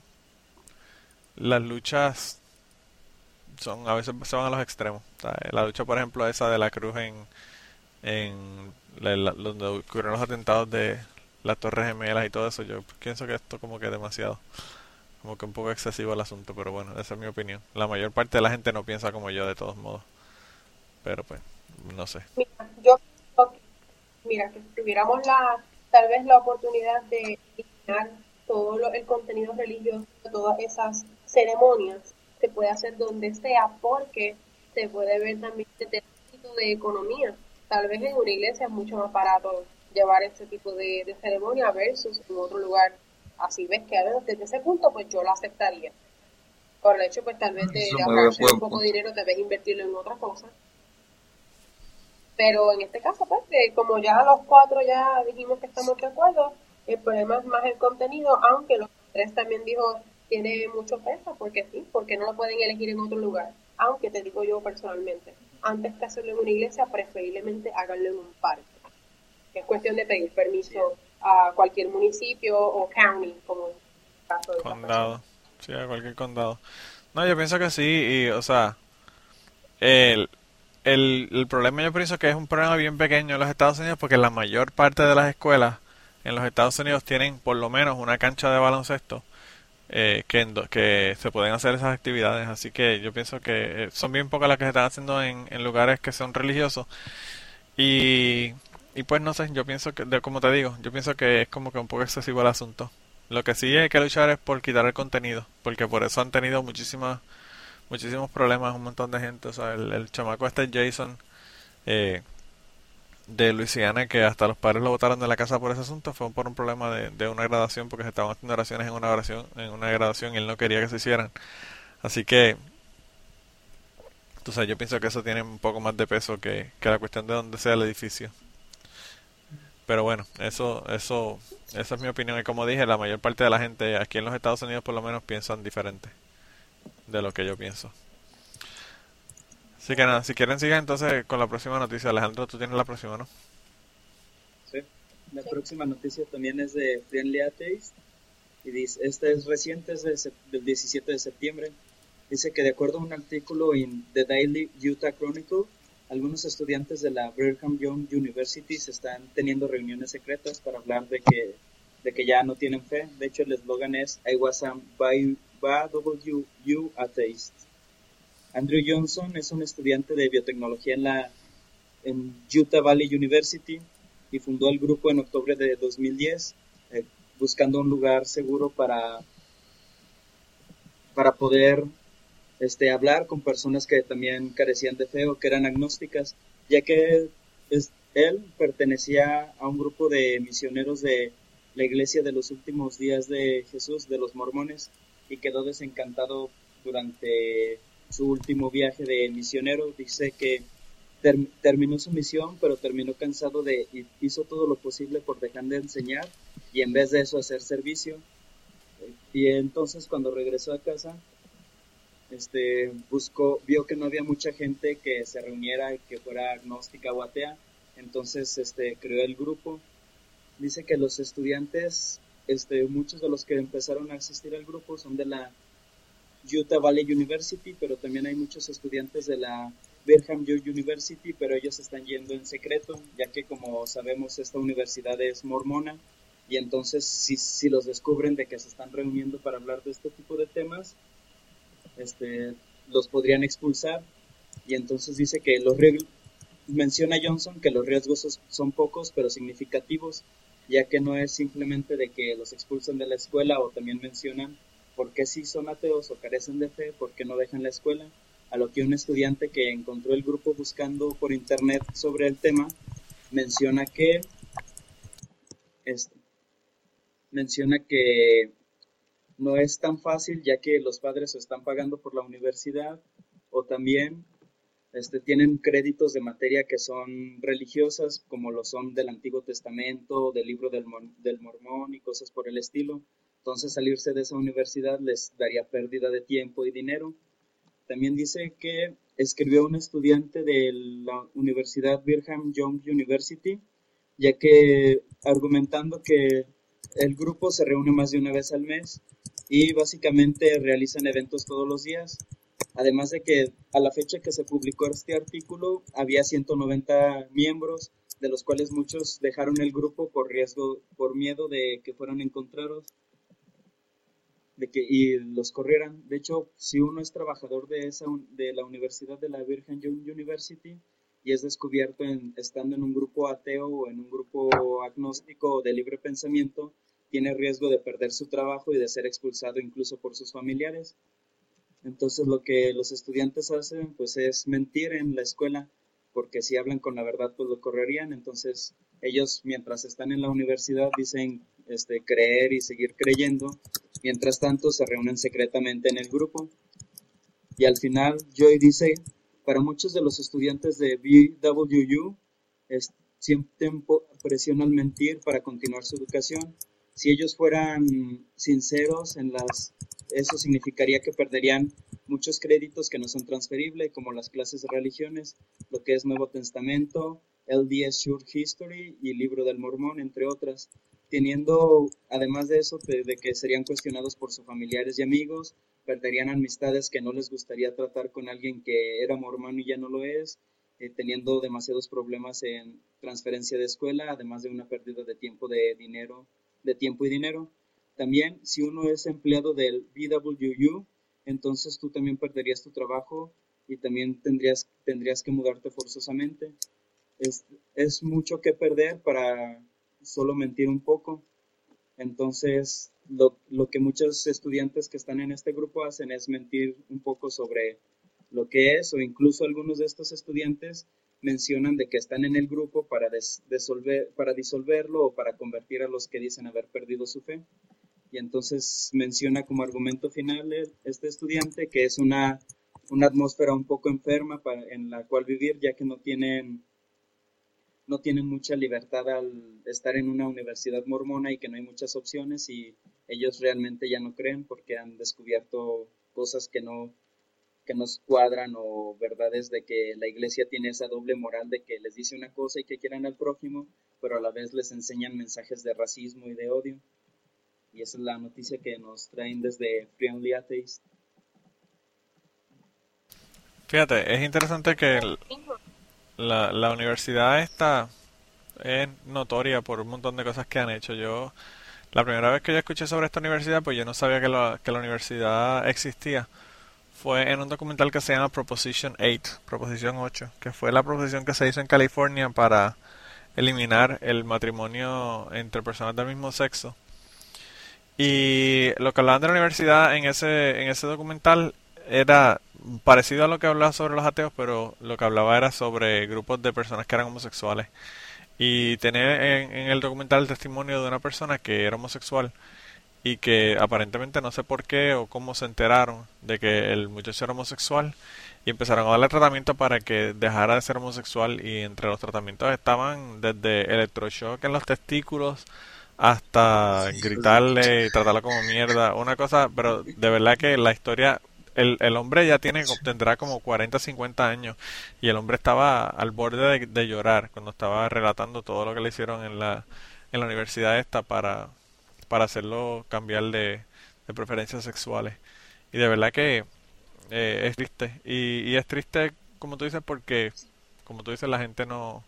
las luchas a veces se van a los extremos. O sea, la lucha, por ejemplo, esa de la cruz en donde ocurrieron los atentados de las Torres Gemelas y todo eso, yo pienso que esto como que es demasiado, como que un poco excesivo el asunto, pero bueno, esa es mi opinión. La mayor parte de la gente no piensa como yo de todos modos, pero pues, no sé. Mira, yo pienso que, mira, que si tuviéramos tal vez la oportunidad de eliminar el contenido religioso de todas esas ceremonias, se puede hacer donde sea, porque se puede ver también desde el ámbito de economía. Tal vez en una iglesia es mucho más barato llevar ese tipo de ceremonia versus en otro lugar. Así ves que desde ese punto, pues yo lo aceptaría. Por el hecho, pues tal vez Es de un muy ahorrarse un buen poco de punto. dinero, tal vez invertirlo en otra cosa. Pero en este caso, pues, como ya los cuatro ya dijimos que estamos de acuerdo, el problema es más el contenido, aunque los tres también dijo tiene mucho peso, porque sí, porque no lo pueden elegir en otro lugar. Aunque te digo yo personalmente, antes que hacerlo en una iglesia, preferiblemente háganlo en un parque. Es cuestión de pedir Sí, permiso a cualquier municipio o county, como en el caso de estas personas. Condado, sí, a cualquier condado. No, yo pienso que sí, y o sea, el, el problema yo pienso que es un problema bien pequeño en los Estados Unidos porque la mayor parte de las escuelas en los Estados Unidos tienen por lo menos una cancha de baloncesto que se pueden hacer esas actividades. Así que yo pienso que son bien pocas las que se están haciendo en lugares que son religiosos. Y, y pues no sé, yo pienso que, como te digo, yo pienso que es como que un poco excesivo el asunto. Lo que sí hay que luchar es por quitar el contenido, porque por eso han tenido muchísimos problemas un montón de gente. O sea, el chamaco este Jason eh, de Luisiana, que hasta los padres lo botaron de la casa por ese asunto, fue por un problema de una graduación, porque se estaban haciendo oraciones en una graduación y él no quería que se hicieran. Así que, tú sabes, yo pienso que eso tiene un poco más de peso que la cuestión de dónde sea el edificio. Pero bueno, esa es mi opinión. Y como dije, la mayor parte de la gente aquí en los Estados Unidos por lo menos piensan diferente de lo que yo pienso. Así que nada, si quieren sigan entonces con la próxima noticia. Alejandro, tú tienes la próxima, ¿no? sí. La Sí. próxima noticia también es de Friendly Atheist y dice, esta es reciente, es del 17 de septiembre. Dice que de acuerdo a un artículo en The Daily Utah Chronicle, algunos estudiantes de la Brigham Young University se están teniendo reuniones secretas para hablar de que ya no tienen fe. De hecho, el eslogan es I was a BWU atheist. Andrew Johnson es un estudiante de biotecnología en Utah Valley University y fundó el grupo en octubre de 2010, buscando un lugar seguro para poder hablar con personas que también carecían de fe o que eran agnósticas, ya que él pertenecía a un grupo de misioneros de la Iglesia de los Últimos Días de Jesús, de los mormones, y quedó desencantado durante su último viaje de misionero. Dice que terminó su misión, pero terminó cansado hizo todo lo posible por dejar de enseñar y en vez de eso hacer servicio. Y entonces cuando regresó a casa, vio que no había mucha gente que se reuniera y que fuera agnóstica o atea, entonces creó el grupo. Dice que los estudiantes, muchos de los que empezaron a asistir al grupo son de la Utah Valley University, pero también hay muchos estudiantes de la Brigham Young University, pero ellos están yendo en secreto, ya que como sabemos esta universidad es mormona, y entonces si los descubren de que se están reuniendo para hablar de este tipo de temas, este, los podrían expulsar. Y entonces dice que menciona Johnson que los riesgos son pocos pero significativos, ya que no es simplemente de que los expulsan de la escuela, o también mencionan por qué sí son ateos o carecen de fe, por qué no dejan la escuela, a lo que un estudiante que encontró el grupo buscando por internet sobre el tema menciona que este, menciona que no es tan fácil, ya que los padres están pagando por la universidad, o también tienen créditos de materia que son religiosas, como lo son del Antiguo Testamento, del libro del Mormón y cosas por el estilo. Entonces salirse de esa universidad les daría pérdida de tiempo y dinero. También dice que escribió un estudiante de la Universidad Brigham Young University, ya que argumentando que el grupo se reúne más de una vez al mes y básicamente realizan eventos todos los días. Además de que a la fecha que se publicó este artículo había 190 miembros, de los cuales muchos dejaron el grupo por miedo de que fueran encontrados y los corrieran. De hecho, si uno es trabajador de la Universidad de la Brigham Young University y es descubierto estando en un grupo ateo o en un grupo agnóstico o de libre pensamiento, tiene riesgo de perder su trabajo y de ser expulsado incluso por sus familiares. Entonces lo que los estudiantes hacen pues es mentir en la escuela, porque si hablan con la verdad pues lo correrían. Entonces ellos, mientras están en la universidad, dicen creer y seguir creyendo, mientras tanto se reúnen secretamente en el grupo. Y al final Joy dice: para muchos de los estudiantes de BWU sienten presión al mentir para continuar su educación. Si ellos fueran sinceros eso significaría que perderían muchos créditos que no son transferibles, como las clases de religiones, lo que es Nuevo Testamento, LDS Church History y Libro del Mormón, entre otras, teniendo, además de eso, de que serían cuestionados por sus familiares y amigos, perderían amistades que no les gustaría tratar con alguien que era mormón y ya no lo es, teniendo demasiados problemas en transferencia de escuela, además de una pérdida de tiempo y dinero. También, si uno es empleado del BWU, entonces tú también perderías tu trabajo y también tendrías que mudarte forzosamente. Es mucho que perder para solo mentir un poco. Entonces, lo que muchos estudiantes que están en este grupo hacen es mentir un poco sobre lo que es, o incluso algunos de estos estudiantes mencionan de que están en el grupo para disolverlo o para convertir a los que dicen haber perdido su fe. Y entonces menciona como argumento final este estudiante que es una atmósfera un poco enferma en la cual vivir, ya que no tienen mucha libertad al estar en una universidad mormona y que no hay muchas opciones, y ellos realmente ya no creen porque han descubierto cosas que nos cuadran, o verdades de que la iglesia tiene esa doble moral de que les dice una cosa y que quieran al prójimo, pero a la vez les enseñan mensajes de racismo y de odio. Y esa es la noticia que nos traen desde Friendly Atheist. Fíjate, es interesante que la universidad esta es notoria por un montón de cosas que han hecho. La primera vez que yo escuché sobre esta universidad, pues yo no sabía que la universidad existía. Fue en un documental que se llama Proposition 8, Proposición 8, que fue la proposición que se hizo en California para eliminar el matrimonio entre personas del mismo sexo. Y lo que hablaban de la universidad en ese documental era parecido a lo que hablaba sobre los ateos, pero lo que hablaba era sobre grupos de personas que eran homosexuales. Y tenía en el documental el testimonio de una persona que era homosexual y que aparentemente no sé por qué o cómo se enteraron de que el muchacho era homosexual y empezaron a darle tratamiento para que dejara de ser homosexual, y entre los tratamientos estaban desde electroshock en los testículos hasta gritarle y tratarlo como mierda, una cosa, pero de verdad que la historia, el hombre ya tendrá como 40, 50 años, y el hombre estaba al borde de llorar cuando estaba relatando todo lo que le hicieron en la universidad esta para hacerlo cambiar de preferencias sexuales. Y de verdad que es triste. Y es triste, como tú dices, porque, como tú dices, la gente no...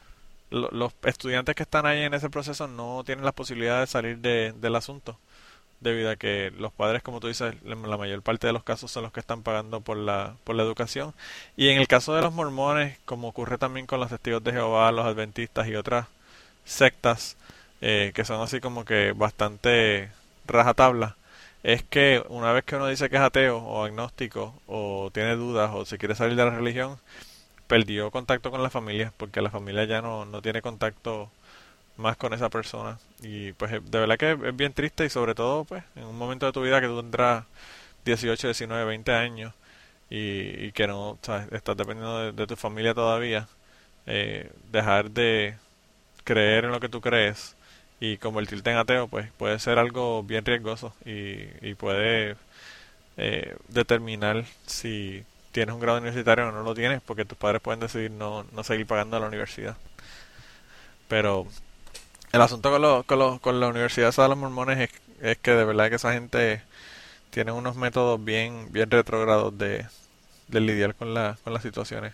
los estudiantes que están ahí en ese proceso no tienen la posibilidad de salir del asunto. debido a que los padres, como tú dices, la mayor parte de los casos son los que están pagando por la educación. Y en el caso de los mormones, como ocurre también con los testigos de Jehová, los adventistas y otras sectas, que son así como que bastante rajatabla, es que una vez que uno dice que es ateo o agnóstico o tiene dudas o se quiere salir de la religión, perdió contacto con la familia porque la familia ya no tiene contacto más con esa persona. Y pues de verdad que es bien triste y sobre todo pues en un momento de tu vida que tú tendrás 18 19 20 años y que no, ¿sabes? Estás dependiendo de tu familia todavía, dejar de creer en lo que tú crees y convertirte en ateo pues puede ser algo bien riesgoso y puede determinar si tienes un grado universitario o no lo tienes porque tus padres pueden decidir no seguir pagando la universidad. Pero el asunto con la Universidad de los Mormones es que de verdad que esa gente tiene unos métodos bien retrógrados de lidiar con las situaciones.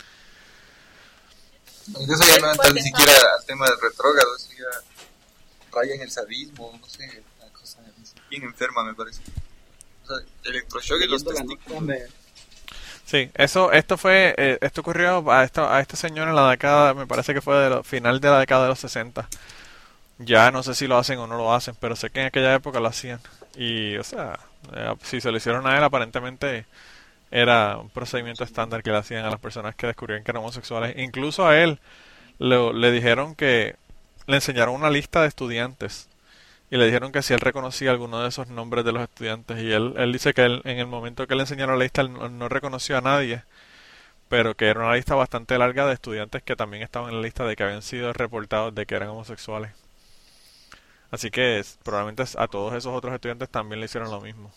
Aunque eso ya no entra ni siquiera al tema del retrógrado, eso ya raya en el sadismo, no sé, una cosa bien enferma me parece. O sea, electroshock y los testículos. Sí, esto ocurrió a este señor en la década, me parece que fue final de la década de los 60. Ya no sé si lo hacen o no lo hacen, pero sé que en aquella época lo hacían. Y, o sea, si se lo hicieron a él, aparentemente era un procedimiento estándar que le hacían a las personas que descubrían que eran homosexuales. Incluso a él le dijeron que le enseñaron una lista de estudiantes y le dijeron que si él reconocía alguno de esos nombres de los estudiantes. Y él dice que en el momento que le enseñaron la lista, él no reconoció a nadie, pero que era una lista bastante larga de estudiantes que también estaban en la lista de que habían sido reportados de que eran homosexuales. Así que probablemente a todos esos otros estudiantes también le hicieron lo mismo.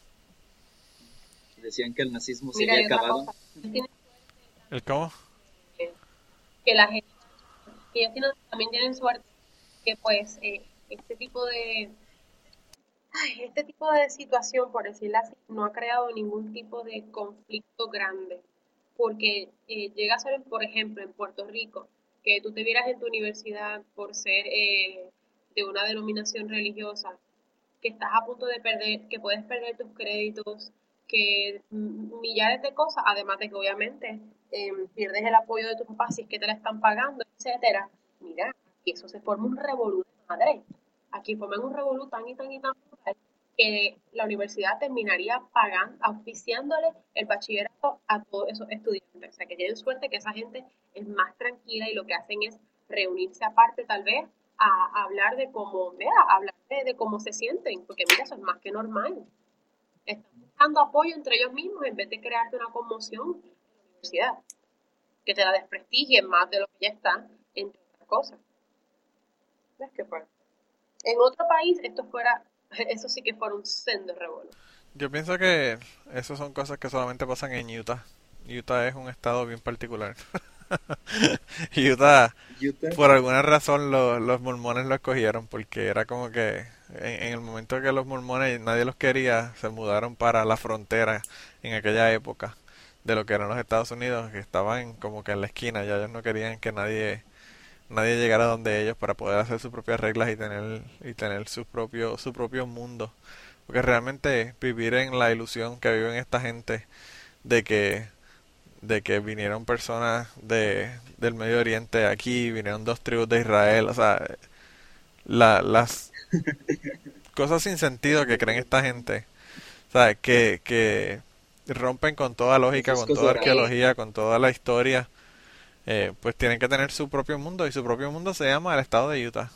Decían que el nazismo se Mira, había hay otra acabado. cosa. Tiene ¿El cómo? que la gente, que también tienen suerte que pues este tipo de este tipo de situación, por decirlo así, no ha creado ningún tipo de conflicto grande, porque llega a ser, por ejemplo, en Puerto Rico, que tú te vieras en tu universidad por ser de una denominación religiosa, que estás a punto de perder, que puedes perder tus créditos, que millares de cosas, además de que obviamente pierdes el apoyo de tus papás si es que te la están pagando, etcétera. Mira, aquí eso se forma un revolú de madre. Aquí forman un revolú tan y tan y tan brutal que la universidad terminaría pagando, auspiciándole el bachillerato a todos esos estudiantes. O sea, que tienen suerte que esa gente es más tranquila y lo que hacen es reunirse aparte tal vez a hablar de cómo, vea, hablar de cómo se sienten, porque mira, eso es más que normal. Están buscando apoyo entre ellos mismos en vez de crearte una conmoción en la universidad, que te la desprestigien más de lo que ya está, entre otras cosas. ¿Ves qué fuerte? En otro país eso sí que fuera un sendo revuelo. Yo pienso que esas son cosas que solamente pasan en Utah. Utah es un estado bien particular. Utah, Utah, por alguna razón los mormones lo escogieron porque era como que en el momento que los mormones nadie los quería, se mudaron para la frontera en aquella época de lo que eran los Estados Unidos, que estaban como que en la esquina, ya ellos no querían que nadie llegara donde ellos para poder hacer sus propias reglas y tener su propio mundo. Porque realmente vivir en la ilusión que viven esta gente de que vinieron personas del Medio Oriente aquí, vinieron dos tribus de Israel, o sea, las cosas sin sentido que creen esta gente, o sea, que rompen con toda lógica, los con discos toda dorados. arqueología, con toda la historia, pues tienen que tener su propio mundo y su propio mundo se llama el estado de Utah.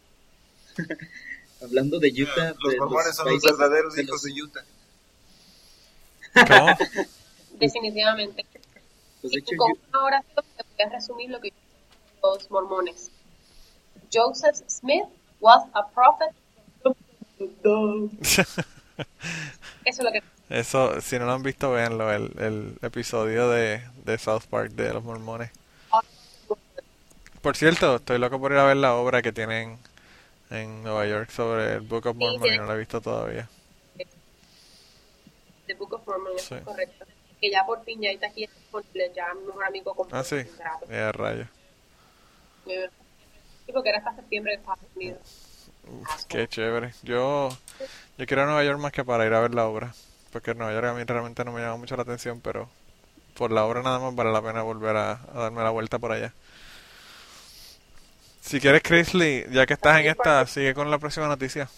Hablando de Utah, Los de mormones los son los países verdaderos de hijos los, de Utah. ¿Cómo? Definitivamente. pues de Y hecho con una oración te voy a resumir lo que dicen los mormones. Joseph Smith was a prophet. Eso es lo que... Eso, si no lo han visto, véanlo, el episodio de South Park de los mormones. Por cierto, estoy loco por ir a ver la obra que tienen en Nueva York sobre el Book of Sí, Mormon y no la he visto todavía. The Book of Mormon, eso Sí. es correcto. Que ya por fin ya está aquí disponible, ya mi mejor amigo compró Ah, sí. un grato. Rayo. Sí, porque era hasta septiembre de Estados Unidos. Qué chévere. Yo quiero ir a Nueva York más que para ir a ver la obra, porque Nueva York a mí realmente no me llama mucho la atención, pero por la obra nada más vale la pena volver a darme la vuelta por allá. Si quieres, Chrisley, ya que estás en También esta, porque, sigue con la próxima noticia.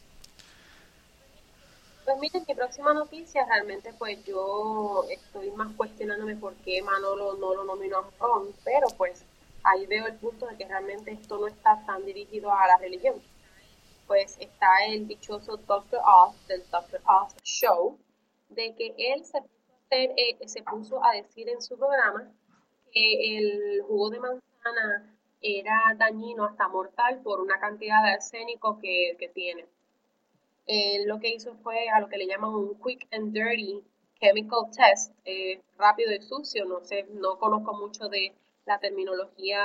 pues miren, mi próxima noticia realmente pues yo estoy más cuestionándome por qué Manolo no lo nominó a Morón, pero pues ahí veo el punto de que realmente esto no está tan dirigido a la religión. Pues está el dichoso Doctor Oz del Doctor Oz Show, de que él se puso a decir en su programa que el jugo de manzana era dañino hasta mortal por una cantidad de arsénico que tiene. Él lo que hizo fue a lo que le llaman un quick and dirty chemical test, rápido y sucio, no sé, no conozco mucho de la terminología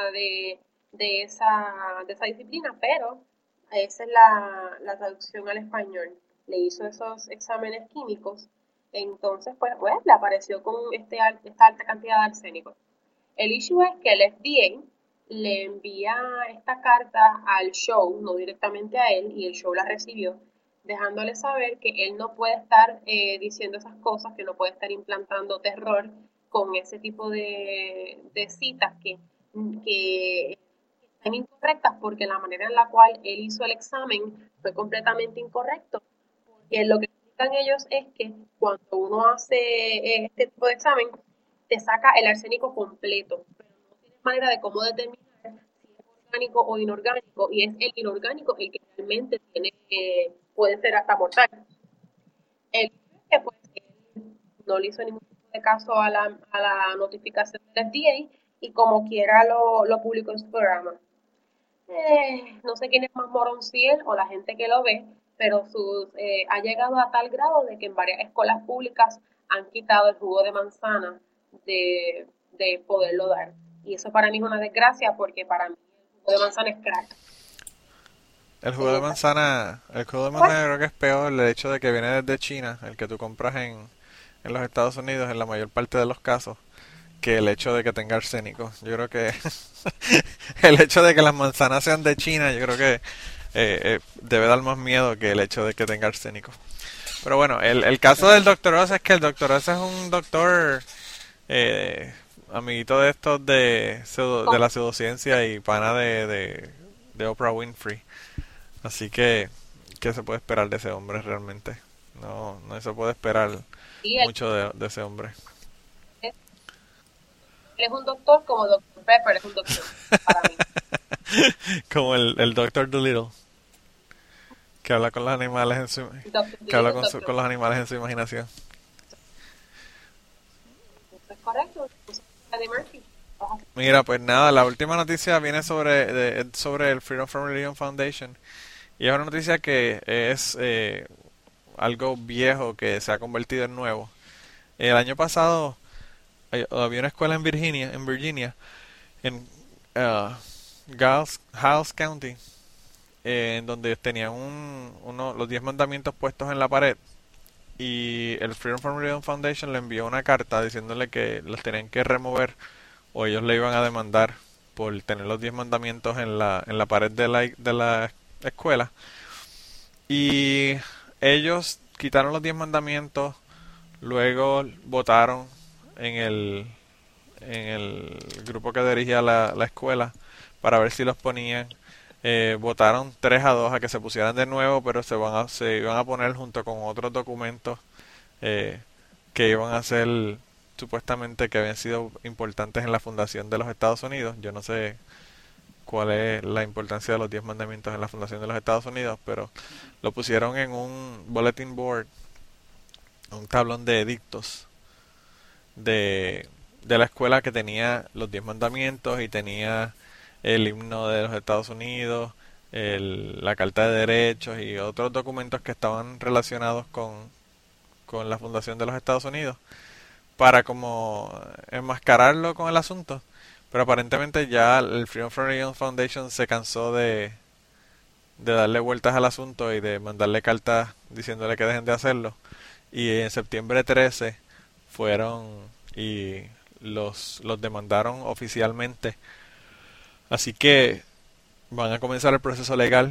de esa disciplina, pero esa es la traducción al español. Le hizo esos exámenes químicos, entonces pues le apareció con esta alta cantidad de arsénico. El issue es que el FDA le envía esta carta al show, no directamente a él, y el show la recibió, dejándole saber que él no puede estar diciendo esas cosas, que no puede estar implantando terror con ese tipo de citas que están incorrectas, porque la manera en la cual él hizo el examen fue completamente incorrecto. Porque lo que explican ellos es que cuando uno hace este tipo de examen, te saca el arsénico completo, pero no tienes manera de cómo determinar si es orgánico o inorgánico, y es el inorgánico el que realmente puede ser hasta mortal. El que pues él no le hizo ningún tipo de caso a la notificación del FDA y como quiera lo publicó en su programa. No sé quién es más morón, si él o la gente que lo ve, pero ha llegado a tal grado de que en varias escuelas públicas han quitado el jugo de manzana de poderlo dar. Y eso para mí es una desgracia porque para mí el jugo de manzana es crack. En esta, El jugo de pues, manzana yo creo que es peor el hecho de que viene desde China, el que tú compras en los Estados Unidos en la mayor parte de los casos, que el hecho de que tenga arsénico. Yo creo que el hecho de que las manzanas sean de China, yo creo que debe dar más miedo que el hecho de que tenga arsénico. Pero bueno, el caso del doctor Oz es que el doctor Oz es un doctor eh, amiguito de estos de la pseudociencia y pana de Oprah Winfrey. Así que, ¿qué se puede esperar de ese hombre realmente? No se puede esperar sí, mucho de ese hombre. él es un doctor como Doctor Pepper es un doctor para mí. Como el Doctor Dolittle, que habla con los animales Doctor que habla Dolittle, Doctor. con los animales en su imaginación. Eso es correcto. Eddie Murphy. Mira, pues nada, la última noticia viene sobre el Freedom from Religion Foundation. Y es una noticia que es algo viejo que se ha convertido en nuevo. El año pasado había una escuela en Virginia, en Giles County, en donde tenían los 10 mandamientos puestos en la pared. Y el Freedom from Religion Foundation le envió una carta diciéndole que los tenían que remover o ellos le iban a demandar por tener los 10 mandamientos en la pared de la escuela. Y ellos quitaron los 10 mandamientos, luego votaron en en el grupo que dirigía la escuela para ver si los ponían. Votaron 3-2 a que se pusieran de nuevo, pero se iban a poner junto con otros documentos eh, que iban a ser supuestamente que habían sido importantes en la fundación de los Estados Unidos. Yo no sé cuál es la importancia de los 10 mandamientos en la fundación de los Estados Unidos, pero lo pusieron en un bulletin board, un tablón de edictos de la escuela que tenía los 10 mandamientos y tenía el himno de los Estados Unidos, la Carta de Derechos y otros documentos que estaban relacionados con la fundación de los Estados Unidos para como enmascararlo con el asunto. Pero aparentemente ya el Freedom from Religion Foundation se cansó de darle vueltas al asunto y de mandarle cartas diciéndole que dejen de hacerlo. Y en septiembre 13 fueron y los demandaron oficialmente. Así que van a comenzar el proceso legal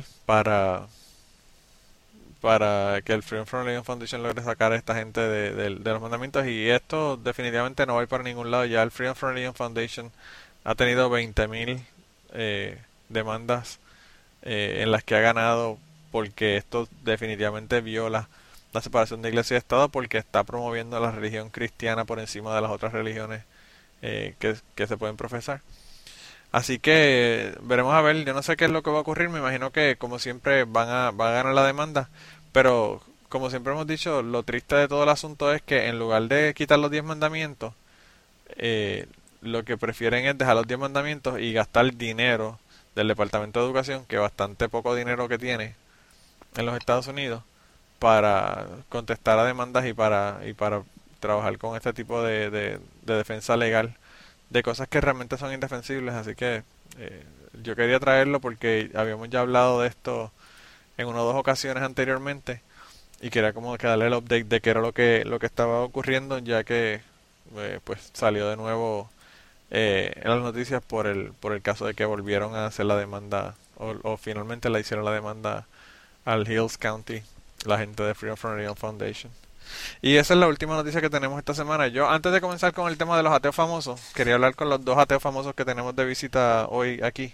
para que el Freedom from Religion Foundation logre sacar a esta gente de los mandamientos, y esto definitivamente no va a ir para ningún lado. Ya el Freedom from Religion Foundation ha tenido 20.000 demandas en las que ha ganado, porque esto definitivamente viola la separación de iglesia y estado, porque está promoviendo la religión cristiana por encima de las otras religiones que se pueden profesar. Así que veremos a ver. Yo no sé qué es lo que va a ocurrir. Me imagino que, como siempre, van a ganar la demanda, pero como siempre hemos dicho, lo triste de todo el asunto es que en lugar de quitar los 10 mandamientos, lo que prefieren es dejar los 10 mandamientos y gastar dinero del Departamento de Educación, que bastante poco dinero que tiene en los Estados Unidos, para contestar a demandas y para trabajar con este tipo de defensa legal de cosas que realmente son indefensibles. Así que yo quería traerlo porque habíamos ya hablado de esto en una o dos ocasiones anteriormente, y quería como que darle el update de qué era lo que estaba ocurriendo, ya que pues salió de nuevo en las noticias por el caso de que volvieron a hacer la demanda, o finalmente le hicieron la demanda al Hills County, la gente de Freedom from Religion Foundation. Y esa es la última noticia que tenemos esta semana. Yo, antes de comenzar con el tema de los ateos famosos, quería hablar con los dos ateos famosos que tenemos de visita hoy aquí.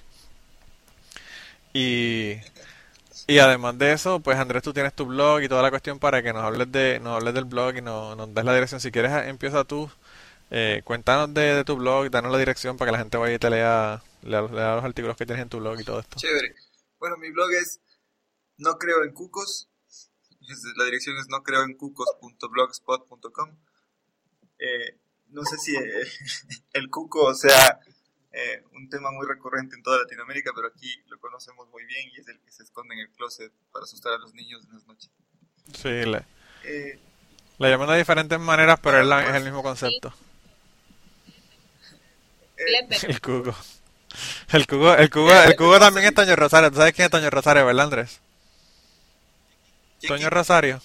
Y, y además de eso, pues Andrés, tú tienes tu blog y toda la cuestión para que nos hables del blog y nos des la dirección. Si quieres, empieza tú. Cuéntanos de tu blog, danos la dirección para que la gente vaya y te lea los artículos que tienes en tu blog y todo esto. Chévere. Bueno, mi blog es No Creo en Cucos. La dirección es nocreoencucos.blogspot.com. No sé si el cuco sea un tema muy recurrente en toda Latinoamérica, pero aquí lo conocemos muy bien y es el que se esconde en el closet para asustar a los niños en las noches. Sí, le Eh, llaman de diferentes maneras, pero es Pues, el mismo concepto. Glenn Beck. El cuco. El cuco también es Toño Rosario. ¿Tú sabes quién es Toño Rosario, verdad, Andrés? Toño Rosario.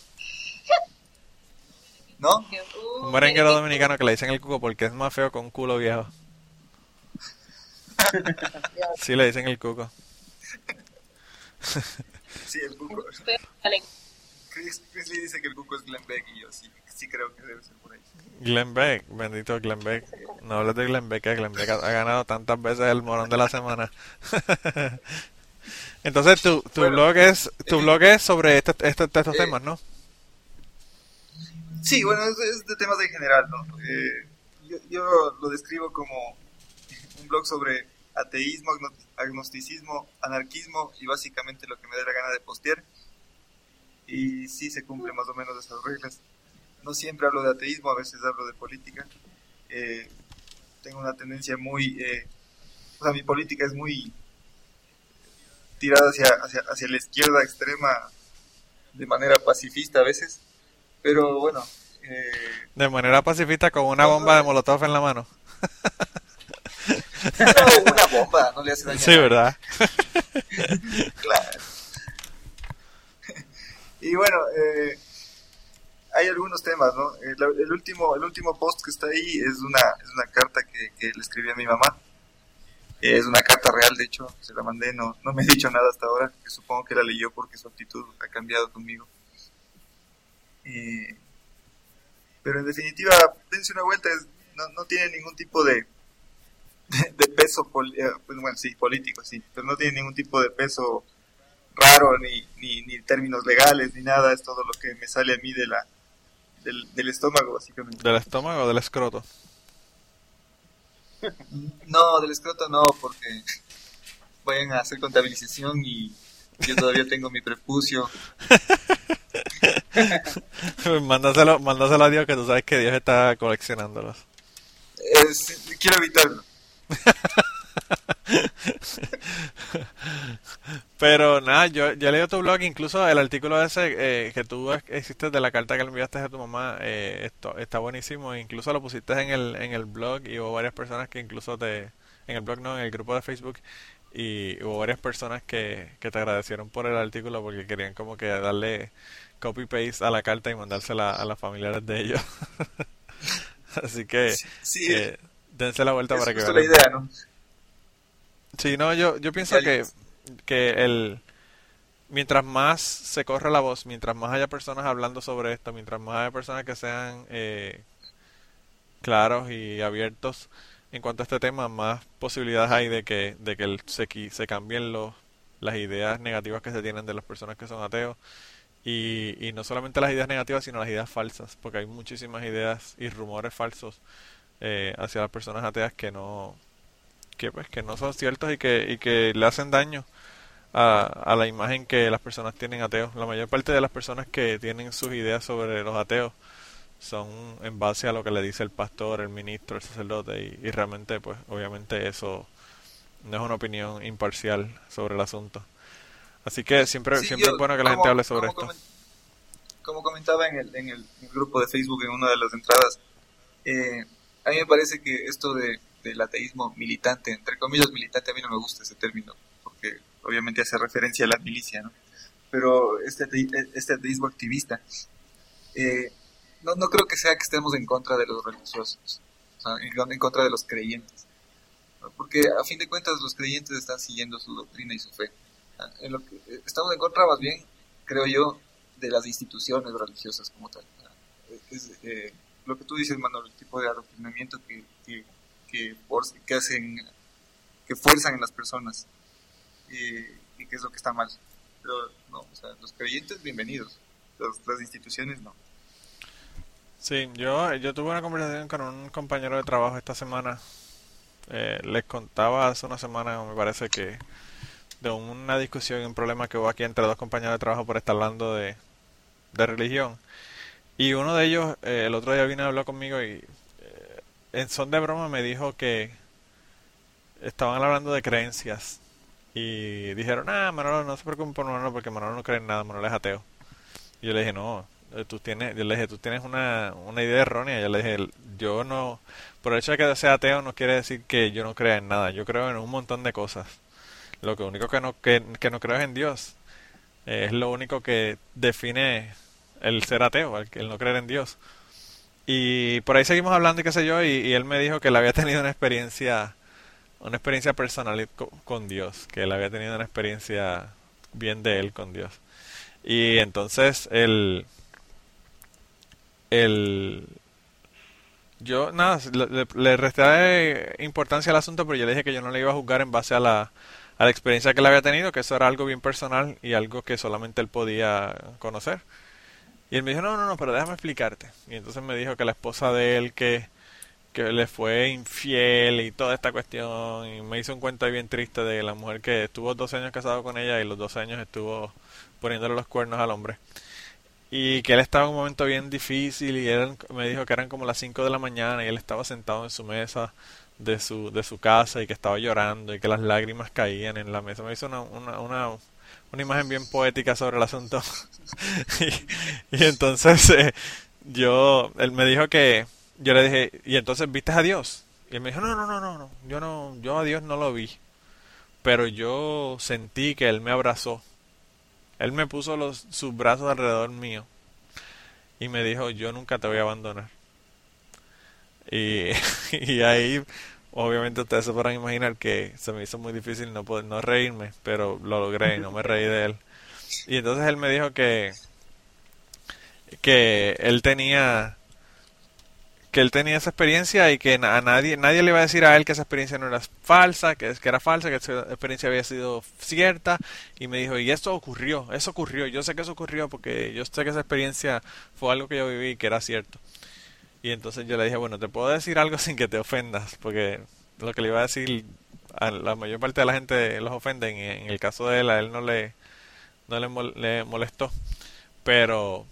¿No? Un merenguero dominicano que le dicen el cuco porque es más feo que un culo viejo. Sí, le dicen el cuco. Sí, el cuco. Chris Lee dice que el cuco es Glenn Beck y yo sí creo que debe ser por ahí. Glenn Beck, bendito Glenn Beck. No hables de Glenn Beck, que Glenn Beck ha ganado tantas veces el morón de la semana. Entonces, tu Bueno, blog es sobre estos temas, ¿no? sí, bueno, es de temas en general, ¿no? Yo lo describo como un blog sobre ateísmo, agnosticismo, anarquismo y básicamente lo que me dé la gana de postear. Y sí se cumple más o menos esas reglas. No siempre hablo de ateísmo, a veces hablo de política. Tengo una tendencia muy... o sea, mi política es muy tirada hacia la izquierda extrema de manera pacifista a veces. Pero bueno... De manera pacifista, con una bomba de molotov en la mano. no, una bomba, no le hace daño. Sí, ¿verdad? Claro. Y bueno, hay algunos temas, ¿no? El último post que está ahí es una carta que le escribí a mi mamá. Es una carta real, de hecho, se la mandé, no me ha dicho nada hasta ahora, que supongo que la leyó porque su actitud ha cambiado conmigo. Pero en definitiva, dense una vuelta, no tiene ningún tipo de peso, pues bueno, sí, político, sí, pero no tiene ningún tipo de peso raro, ni términos legales, ni nada, es todo lo que me sale a mí del estómago, básicamente. ¿Del estómago o del escroto? No, del escroto no, porque vayan a hacer contabilización y yo todavía tengo mi prepucio. Mándaselo a Dios, que tú sabes que Dios está coleccionándolos. Quiero evitarlo. Pero nada, yo leí tu blog, incluso el artículo ese que tú hiciste de la carta que le enviaste a tu mamá, esto está buenísimo. Incluso lo pusiste en el blog, y hubo varias personas que incluso en el blog no, en el grupo de Facebook, y hubo varias personas que te agradecieron por el artículo porque querían como que darle copy-paste a la carta y mandársela a las familiares de ellos. Así que Sí, dense la vuelta es para que justo vean. la idea, ¿no? Sí, no, yo pienso que que mientras más se corre la voz, mientras más haya personas hablando sobre esto, mientras más haya personas que sean claros y abiertos en cuanto a este tema, más posibilidades hay de que se cambien las ideas negativas que se tienen de las personas que son ateos. Y no solamente las ideas negativas, sino las ideas falsas, porque hay muchísimas ideas y rumores falsos hacia las personas ateas que no son ciertos y que le hacen daño a la imagen que las personas tienen ateos. La mayor parte de las personas que tienen sus ideas sobre los ateos son en base a lo que le dice el pastor, el ministro, el sacerdote, y realmente, pues, obviamente eso no es una opinión imparcial sobre el asunto. Así que siempre, Sí, siempre yo, es bueno que la gente hable sobre esto. como comentaba en el grupo de Facebook, en una de las entradas, a mí me parece que esto del ateísmo militante, entre comillas militante, a mí no me gusta ese término, porque obviamente hace referencia a la milicia, ¿no? Pero este ateísmo activista, no creo que sea que estemos en contra de los religiosos, o sea, en contra de los creyentes, ¿no? Porque a fin de cuentas los creyentes están siguiendo su doctrina y su fe. En lo que estamos en contra más bien, creo yo, de las instituciones religiosas como tal. Es lo que tú dices, Manuel, el tipo de adoctrinamiento que fuerzan en las personas, y que es lo que está mal. Pero no, o sea, los creyentes bienvenidos, las instituciones no. Sí, yo tuve una conversación con un compañero de trabajo esta semana. Les contaba hace una semana, me parece que, de una discusión y un problema que hubo aquí entre dos compañeros de trabajo por estar hablando de religión. Y uno de ellos, el otro día vino a hablar conmigo y en son de broma me dijo que estaban hablando de creencias. Y dijeron, Manolo, no se preocupe por Manolo porque Manolo no cree en nada, Manolo es ateo. Y yo le dije, no, yo le dije, tú tienes una idea errónea. Yo le dije, yo no, por el hecho de que sea ateo no quiere decir que yo no crea en nada. Yo creo en un montón de cosas. Lo que único que no creo es en Dios. Es lo único que define el ser ateo, el no creer en Dios. Y por ahí seguimos hablando y qué sé yo, y él me dijo que él había tenido una experiencia personal con Dios, que él había tenido una experiencia bien de él con Dios. Y entonces él yo nada, le resté importancia al asunto, pero yo le dije que yo no le iba a juzgar en base a la experiencia que él había tenido, que eso era algo bien personal y algo que solamente él podía conocer. Y él me dijo, no, no, no, pero déjame explicarte. Y entonces me dijo que la esposa de él que le fue infiel y toda esta cuestión, y me hizo un cuento ahí bien triste de la mujer que estuvo 12 años casado con ella y los 12 años estuvo poniéndole los cuernos al hombre. Y que él estaba en un momento bien difícil y me dijo que eran como las 5 de la mañana y él estaba sentado en su mesa de su casa y que estaba llorando y que las lágrimas caían en la mesa. Me hizo una imagen bien poética sobre el asunto. y entonces él me dijo que, yo le dije, ¿y entonces viste a Dios? Y él me dijo, no, no, no, no, no, yo a Dios no lo vi, pero yo sentí que él me abrazó. Él me puso sus brazos alrededor mío y me dijo, yo nunca te voy a abandonar. Y, y ahí, obviamente ustedes se podrán imaginar que se me hizo muy difícil no reírme, pero lo logré y no me reí de él. Y entonces él me dijo que él tenía esa experiencia y que a nadie le iba a decir a él que esa experiencia no era falsa, que era falsa, que esa experiencia había sido cierta. Y me dijo, y eso ocurrió, yo sé que eso ocurrió porque yo sé que esa experiencia fue algo que yo viví y que era cierto. Y entonces yo le dije, bueno, te puedo decir algo sin que te ofendas, porque lo que le iba a decir a la mayor parte de la gente los ofenden, y en el caso de él, a él le molestó. Pero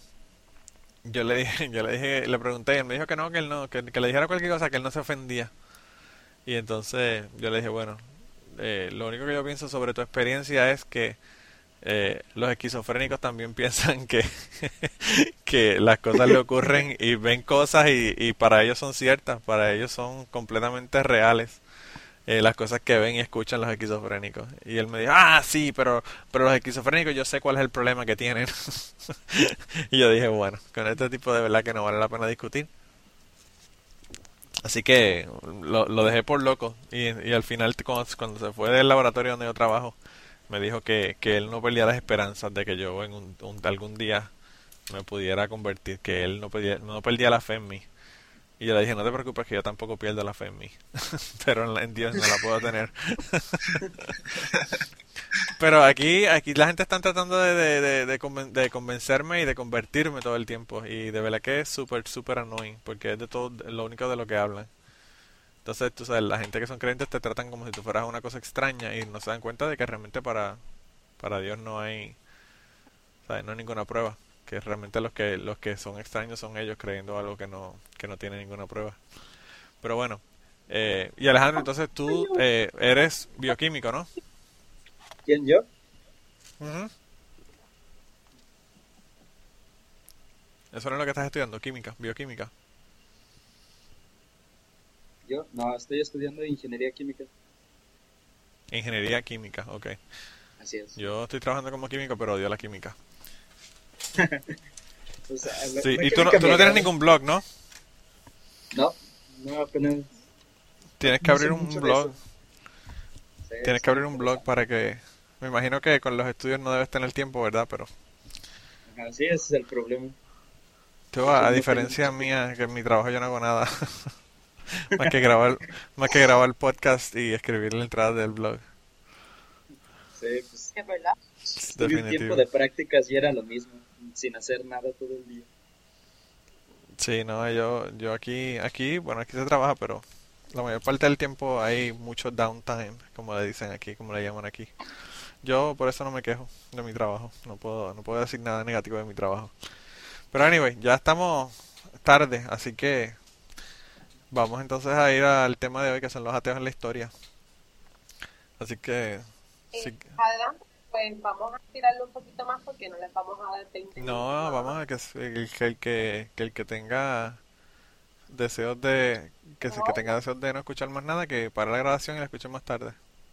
le pregunté, y él me dijo que no, que él no, que le dijera cualquier cosa, que él no se ofendía. Y entonces yo le dije, bueno, lo único que yo pienso sobre tu experiencia es que los esquizofrénicos también piensan que las cosas le ocurren y ven cosas y para ellos son ciertas, para ellos son completamente reales. Las cosas que ven y escuchan los esquizofrénicos. Y él me dijo, sí, pero los esquizofrénicos yo sé cuál es el problema que tienen. Y yo dije, bueno, con este tipo de verdad que no vale la pena discutir. Así que lo dejé por loco. Y al final, cuando se fue del laboratorio donde yo trabajo, me dijo que él no perdía las esperanzas de que yo en algún día me pudiera convertir, que él no perdía la fe en mí. Y yo le dije, no te preocupes que yo tampoco pierdo la fe en mí, pero en Dios no la puedo tener. Pero aquí la gente está tratando de convencerme y de convertirme todo el tiempo. Y de verdad que es súper, súper annoying, porque es de todo lo único de lo que hablan. Entonces, tú sabes, la gente que son creyentes te tratan como si tú fueras una cosa extraña y no se dan cuenta de que realmente para Dios no hay, ¿sabes? No hay ninguna prueba. Que realmente los que son extraños son ellos creyendo algo que no tiene ninguna prueba. Pero bueno, y Alejandro, entonces tú eres bioquímico, ¿no? ¿Quién, yo? Ujú. Eso no es lo que estás estudiando, química, bioquímica. Yo, no, estoy estudiando ingeniería química. Ingeniería química, ok. Así es. Yo estoy trabajando como químico, pero odio la química. O sea, Sí, la y tú no química me tienes agrada. ningún blog, ¿no? No, no, apenas, Tienes que no sé abrir un mucho de blog. eso. Sí, Tienes que está abrir un blog interesante. para que... Me imagino que con los estudios no debes tener tiempo, ¿verdad? Pero Ajá, sí, ese es el problema. tú, Que a no tengo diferencia mucho tiempo. mía, que en mi trabajo yo no hago nada. Más que grabar, más que grabar podcast y escribir la entrada del blog. Sí, pues Es verdad. tuve un tiempo Definitivo. de prácticas y era lo mismo, sin hacer nada todo el día. Sí, no, yo bueno, aquí se trabaja, pero la mayor parte del tiempo hay mucho downtime, como le dicen aquí, como le llaman aquí. Yo por eso no me quejo de mi trabajo. No puedo decir nada negativo de mi trabajo. Pero anyway, ya estamos tarde, así que vamos entonces a ir al tema de hoy, que son los ateos en la historia. Así que, sí, Adelante, pues vamos a tirarlo un poquito más porque no les vamos a dar 20 minutos no, nada vamos más. a que el que tenga deseos de, que tenga deseos de no escuchar más nada, que para la grabación y la escuche más tarde.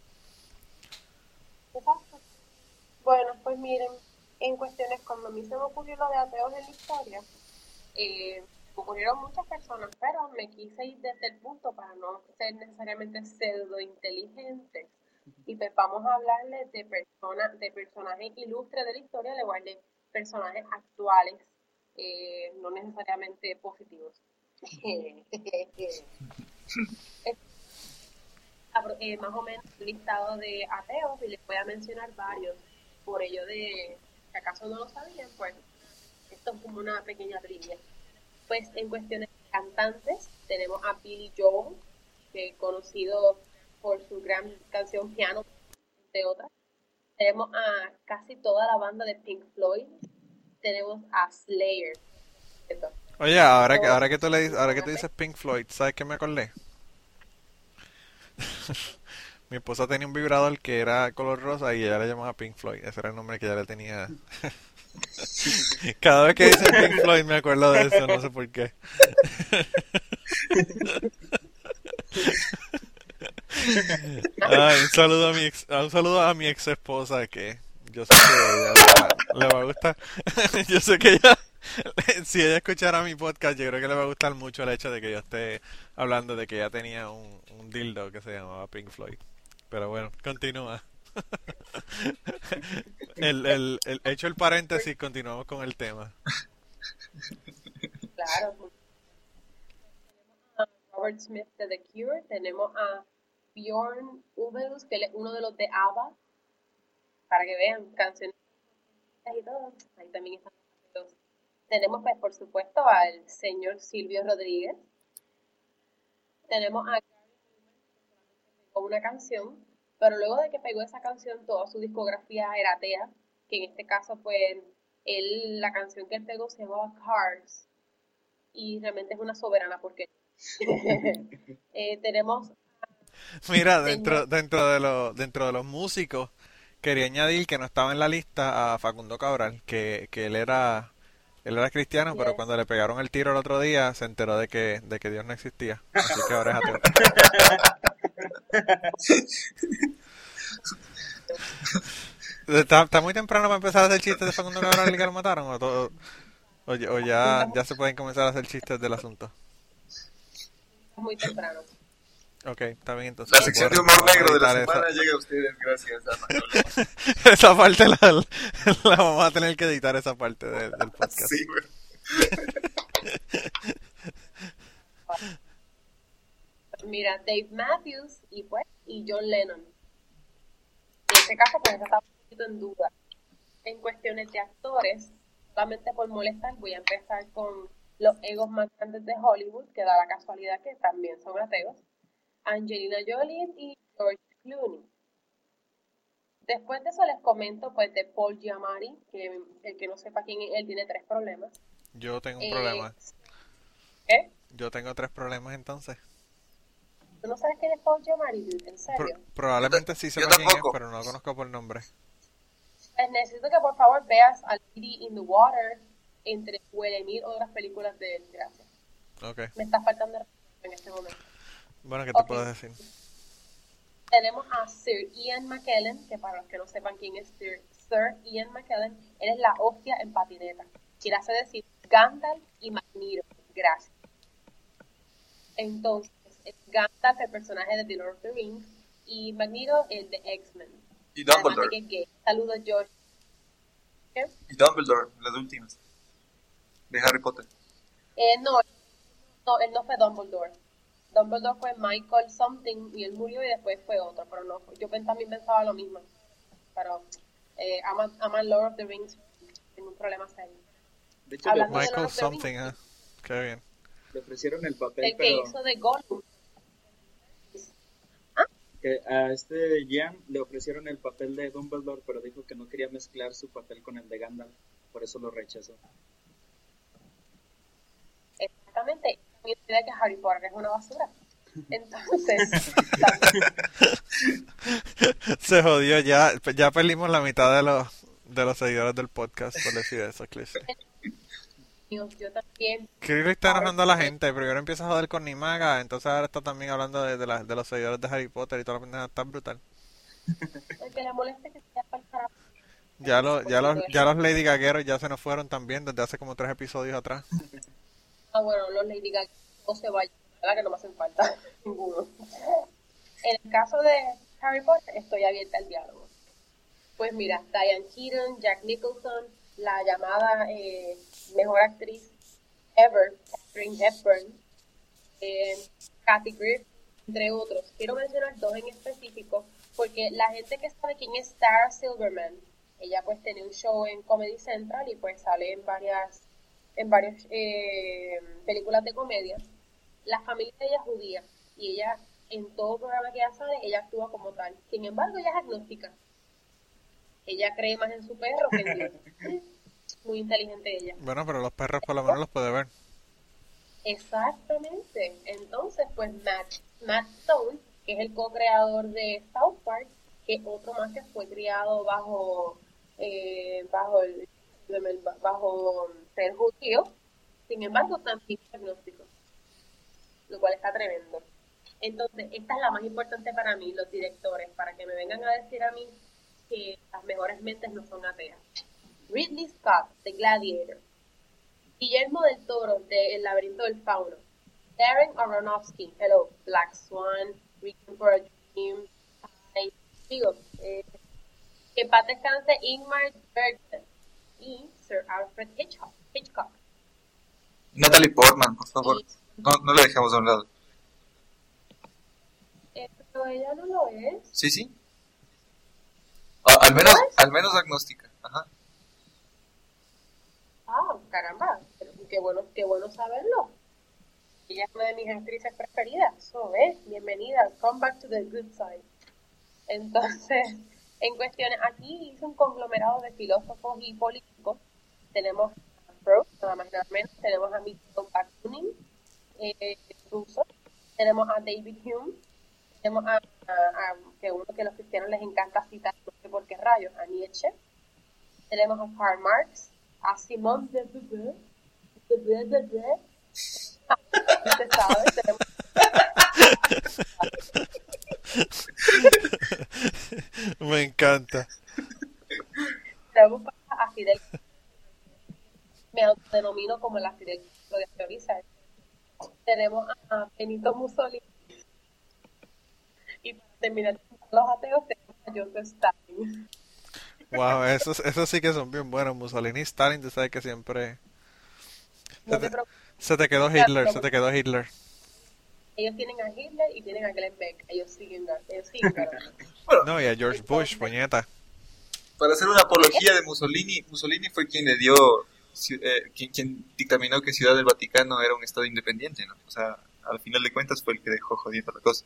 Exacto. Bueno, pues miren, en cuestiones cuando a mí se me ocurrió lo de ateos en la historia, ocurrieron muchas personas, pero me quise ir desde el punto para no ser necesariamente pseudo inteligentes. Y pues vamos a hablarles de personas, de personajes ilustres de la historia, al igual de personajes actuales, no necesariamente positivos. Es, más o menos un listado de ateos y les voy a mencionar varios. Por ello de, si acaso no lo sabían, pues esto es como una pequeña trivia. Pues en cuestiones de cantantes tenemos a Billy Joel, que es conocido por su gran canción Piano, entre otras. Tenemos a casi toda la banda de Pink Floyd. Tenemos a Slayer. ¿Cierto? Oye, Casi todos ahora que son tú ateos. dices Pink Floyd, ¿sabes qué me acordé? Mi esposa tenía un vibrador que era color rosa y ella le llamaba Pink Floyd. Ese era el nombre que ella le tenía. Cada vez que dicen Pink Floyd me acuerdo de eso, no sé por qué. Ay, un saludo a mi ex esposa, que yo sé que ella le va a gustar. Yo sé que ella, si ella escuchara mi podcast, yo creo que le va a gustar mucho el hecho de que yo esté hablando de que ella tenía un dildo que se llamaba Pink Floyd. Pero bueno, continúa. Hecho el paréntesis, continuamos con el tema. Claro, pues, a Robert Smith de The Cure, tenemos a Bjorn Ulvaeus, que él es uno de los de ABBA, para que vean canciones y todo. Ahí también están los ateos. Tenemos, pues, por supuesto, al señor Silvio Rodríguez. Tenemos a con una canción, pero luego de que pegó esa canción, toda su discografía era atea, que en este caso, pues, la canción que él pegó se llamaba Cars, y realmente es una soberana porque tenemos Mira, señor dentro de los músicos, quería añadir que no estaba en la lista a Facundo Cabral, que él era cristiano, pero Yes. cuando le pegaron el tiro el otro día se enteró de que Dios no existía. Así que ahora es ateo. ¿Está muy temprano para empezar a hacer chistes de Facundo Cabral y que lo mataron? ¿O ya se pueden comenzar a hacer chistes del asunto? muy temprano. Ok, está bien, entonces. La sección de humor negro de la semana esa, llega a ustedes gracias a Manolo. esa parte la vamos a tener que editar, esa parte del podcast. Sí, güey. Mira, Dave Matthews y John Lennon. En este caso, pues está un poquito en duda. En cuestiones de actores, solamente por molestar, voy a empezar con los egos más grandes de Hollywood, que da la casualidad que también son ateos. Angelina Jolie y George Clooney. Después de eso les comento pues de Paul Giamatti, que el que no sepa quién es, él tiene 3 problemas. Yo tengo un problema. ¿Qué? Yo tengo 3 problemas entonces. ¿Tú no sabes quién es Paul Giamatti, dude? ¿En serio? Probablemente sí sepa quién es, pero no lo conozco por nombre. Pues necesito que por favor veas a Lady in the Water, entre 1000 otras películas de él. Gracias. Okay. Me está faltando en este momento. Bueno, ¿qué te puedo decir? Tenemos a Sir Ian McKellen, que para los que no sepan quién es Sir Ian McKellen, él es la hostia en patineta. Quiere hacer decir Gandalf y Magneto. Gracias. Entonces, Gandalf, el personaje de The Lord of the Rings, y Magneto, el de X-Men. Y Dumbledore. Que es gay. Saludos, George. ¿Qué? Y Dumbledore, las últimas. De Harry Potter. No, él no fue Dumbledore. Dumbledore fue Michael something y él murió y después fue otro, pero no, yo también pensaba lo mismo. Pero aman Lord of the Rings, tengo un problema serio. De hecho, Michael something, qué bien. Le ofrecieron el papel, el que hizo de Gollum. A este Ian le ofrecieron el papel de Dumbledore, pero dijo que no quería mezclar su papel con el de Gandalf, por eso lo rechazó. Exactamente, también idea que Harry Potter es una basura. Entonces, se jodió, ya perdimos la mitad de los seguidores del podcast por decir eso, Cliff. yo también. Creo que está enojando a la gente. Primero empieza a joder con Nimaga, entonces ahora está también hablando de los seguidores de Harry Potter y toda la pendeja tan brutal. El que le moleste que sea para el carajo. Ya los Lady Gagueros ya se nos fueron también desde hace como 3 episodios atrás. Bueno, los Lady Gaga no se vayan, ¿verdad? Que no me hacen falta ninguno. En el caso de Harry Potter, estoy abierta al diálogo. Pues mira, Diane Keaton, Jack Nicholson, la llamada mejor actriz ever, Katharine Hepburn, Kathy Griffin, entre otros. Quiero mencionar 2 en específico, porque la gente que sabe quién es Sarah Silverman, ella pues tiene un show en Comedy Central y pues sale en varias películas de comedia. La familia de ella es judía y ella en todo programa que ella sale, ella actúa como tal. Sin embargo, ella es agnóstica. Ella cree más en su perro que en Dios. Muy inteligente ella. Bueno, pero los perros por lo menos los puede ver. Exactamente. Entonces, pues Matt Stone, que es el co-creador de South Park, que es otro más que fue criado bajo ser judío, sin embargo también es agnóstico, lo cual está tremendo. Entonces, esta es la más importante para mí, los directores, para que me vengan a decir a mí que las mejores mentes no son ateas. Ridley Scott, de Gladiator. Guillermo del Toro, de El laberinto del fauno. Darren Aronofsky, Hello, Black Swan, Requiem for a Dream. Digo, que paz descanse Ingmar Bergman y Sir Alfred Hitchcock. Natalie Portman, por favor. No la dejamos a un lado. Pero ella no lo es. Sí. Al menos agnóstica. Ajá. Ah, caramba, pero qué bueno saberlo. Ella es una de mis actrices preferidas. Eso es, bienvenida. Come back to the good side. Entonces, en cuestiones, aquí hice un conglomerado de filósofos y políticos. Tenemos a Freud, nada más y nada menos. Tenemos a Mikhail Bakunin, ruso. Tenemos a David Hume. Tenemos a que uno que a los cristianos les encanta citar, no sé por qué rayos, a Nietzsche. Tenemos a Karl Marx, a Simone de Beauvoir. Usted sabe, tenemos Me encanta. Tenemos a Fidel. Me autodenomino como la Fidel de Teorizar. Tenemos a Benito Mussolini. Y para terminar los ateos tenemos a Joseph Stalin. Wow, esos sí que son bien buenos. Mussolini y Stalin, tú sabes que siempre... Se No te te, preocupes, se te quedó Hitler, se te quedó Hitler. ellos tienen a Hitler y tienen a Glenn Beck. Ellos siguen ganando. Bueno, No, y a George Bush, Entonces, puñeta. para hacer una apología de Mussolini, Mussolini fue quien le dio, quien dictaminó que Ciudad del Vaticano era un estado independiente, ¿no? O sea, al final de cuentas fue el que dejó jodiendo la cosa.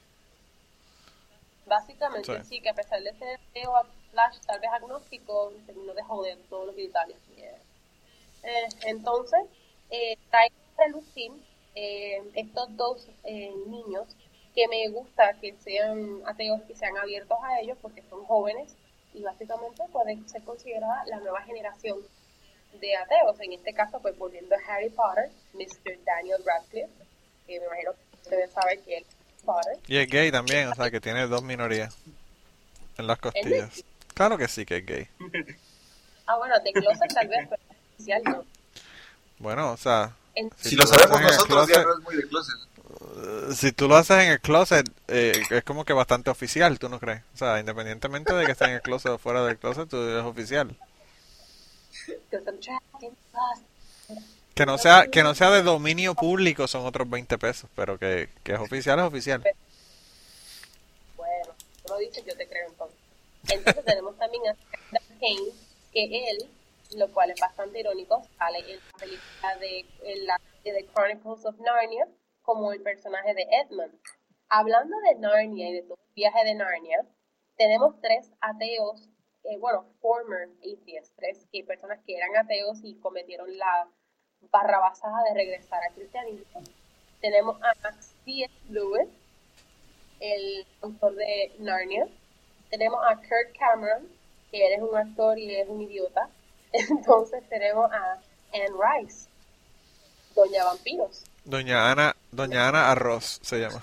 básicamente Sí. sí, que a pesar de ser ateo, slash, tal vez agnóstico, terminó de joder todo lo que Italia. Yeah. Entonces, traigo a relucir estos dos niños que me gusta que sean ateos, que sean abiertos a ellos porque son jóvenes y básicamente pueden ser considerada la nueva generación de ateos. En este caso, pues volviendo a Harry Potter, Mr. Daniel Radcliffe, que me imagino que ustedes saben que él es Harry Potter. Y es gay también, o sea que tiene dos minorías en las Él no es costillas. Claro que sí que es gay. bueno, de closet tal vez, pero oficial no. Bueno, o sea, Entonces, Si tú lo lo haces sabemos en el nosotros, ya closet, no es muy de closet. si tú lo haces en el closet, es como que bastante oficial, ¿tú no crees? O sea, independientemente de que esté en el closet o fuera del closet, tú eres oficial. because I'm trapped in the Que no sea de dominio público son otros 20 pesos, pero que es oficial, es oficial. Bueno, tú lo dices, yo te creo entonces. Entonces tenemos también a Ciudadano Kane, que él, lo cual es bastante irónico, sale en la película de The Chronicles of Narnia como el personaje de Edmund. Hablando de Narnia y de todo el viaje de Narnia, tenemos tres ateos, former atheists, personas que eran ateos y cometieron la barrabasada de regresar al cristianismo. Tenemos a C.S. Lewis, el autor de Narnia. Tenemos a Kirk Cameron, que él es un actor y es un idiota. Entonces tenemos a Anne Rice, Doña Vampiros. Doña Ana Arroz se llama.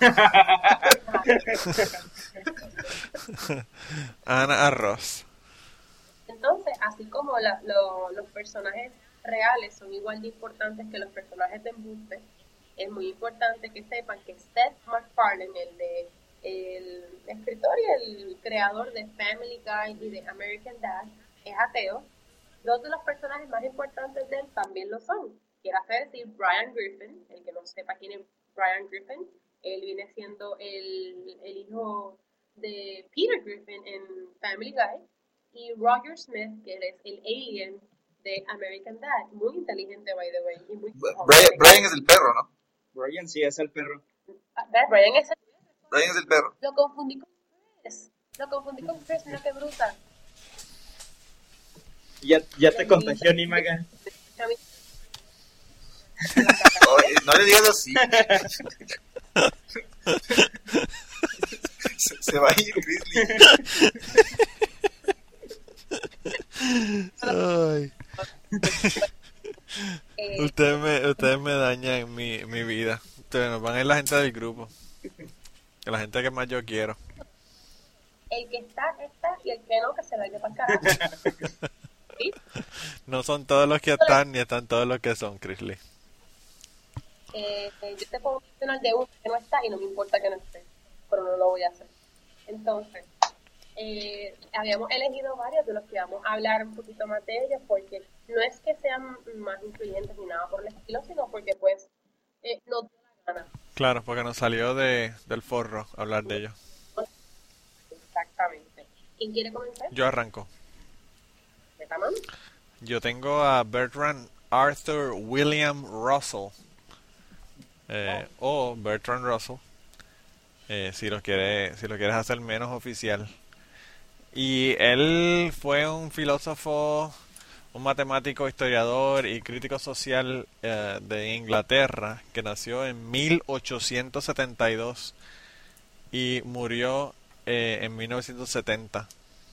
Ana Arroz. Entonces, así como los personajes reales son igual de importantes que los personajes de embuste, es muy importante que sepan que Seth MacFarlane, el escritor y el creador de Family Guy y de American Dad, es ateo. Dos de los personajes más importantes de él también lo son. Quiero hacer decir Brian Griffin, el que no sepa quién es Brian Griffin, él viene siendo el hijo de Peter Griffin en Family Guy, y Roger Smith, que es el alien de American Dad, muy inteligente, by the way, y muy Brian es el perro, ¿no? Brian sí es el perro. Brian es Brian es el perro. Lo confundí con Chris. Mira qué bruta. Ya te contagió, Nimaga. Oye, no le digas así. Se va a ir Grizzly. Ay. Ustedes me dañan mi vida. Ustedes nos van a ir la gente del grupo. Que la gente que más yo quiero. El que está, y el que no, que se vaya para el carajo. ¿Sí? No son todos los que están, ni están todos los que son, Chrisley. Yo te puedo mencionar de uno que no está y no me importa que no esté, pero no lo voy a hacer. Entonces, habíamos elegido varios de los que vamos a hablar un poquito más de ellos, porque no es que sean más influyentes ni nada por el estilo, sino porque pues no dio la gana. Claro, porque nos salió del forro hablar de ellos. Exactamente. ¿Quién quiere comenzar? Yo arranco. ¿De tamaño? Yo tengo a Bertrand Arthur William Russell. O Bertrand Russell. Si lo quieres hacer menos oficial. Y él fue un filósofo, un matemático, historiador y crítico social de Inglaterra, que nació en 1872 y murió en 1970.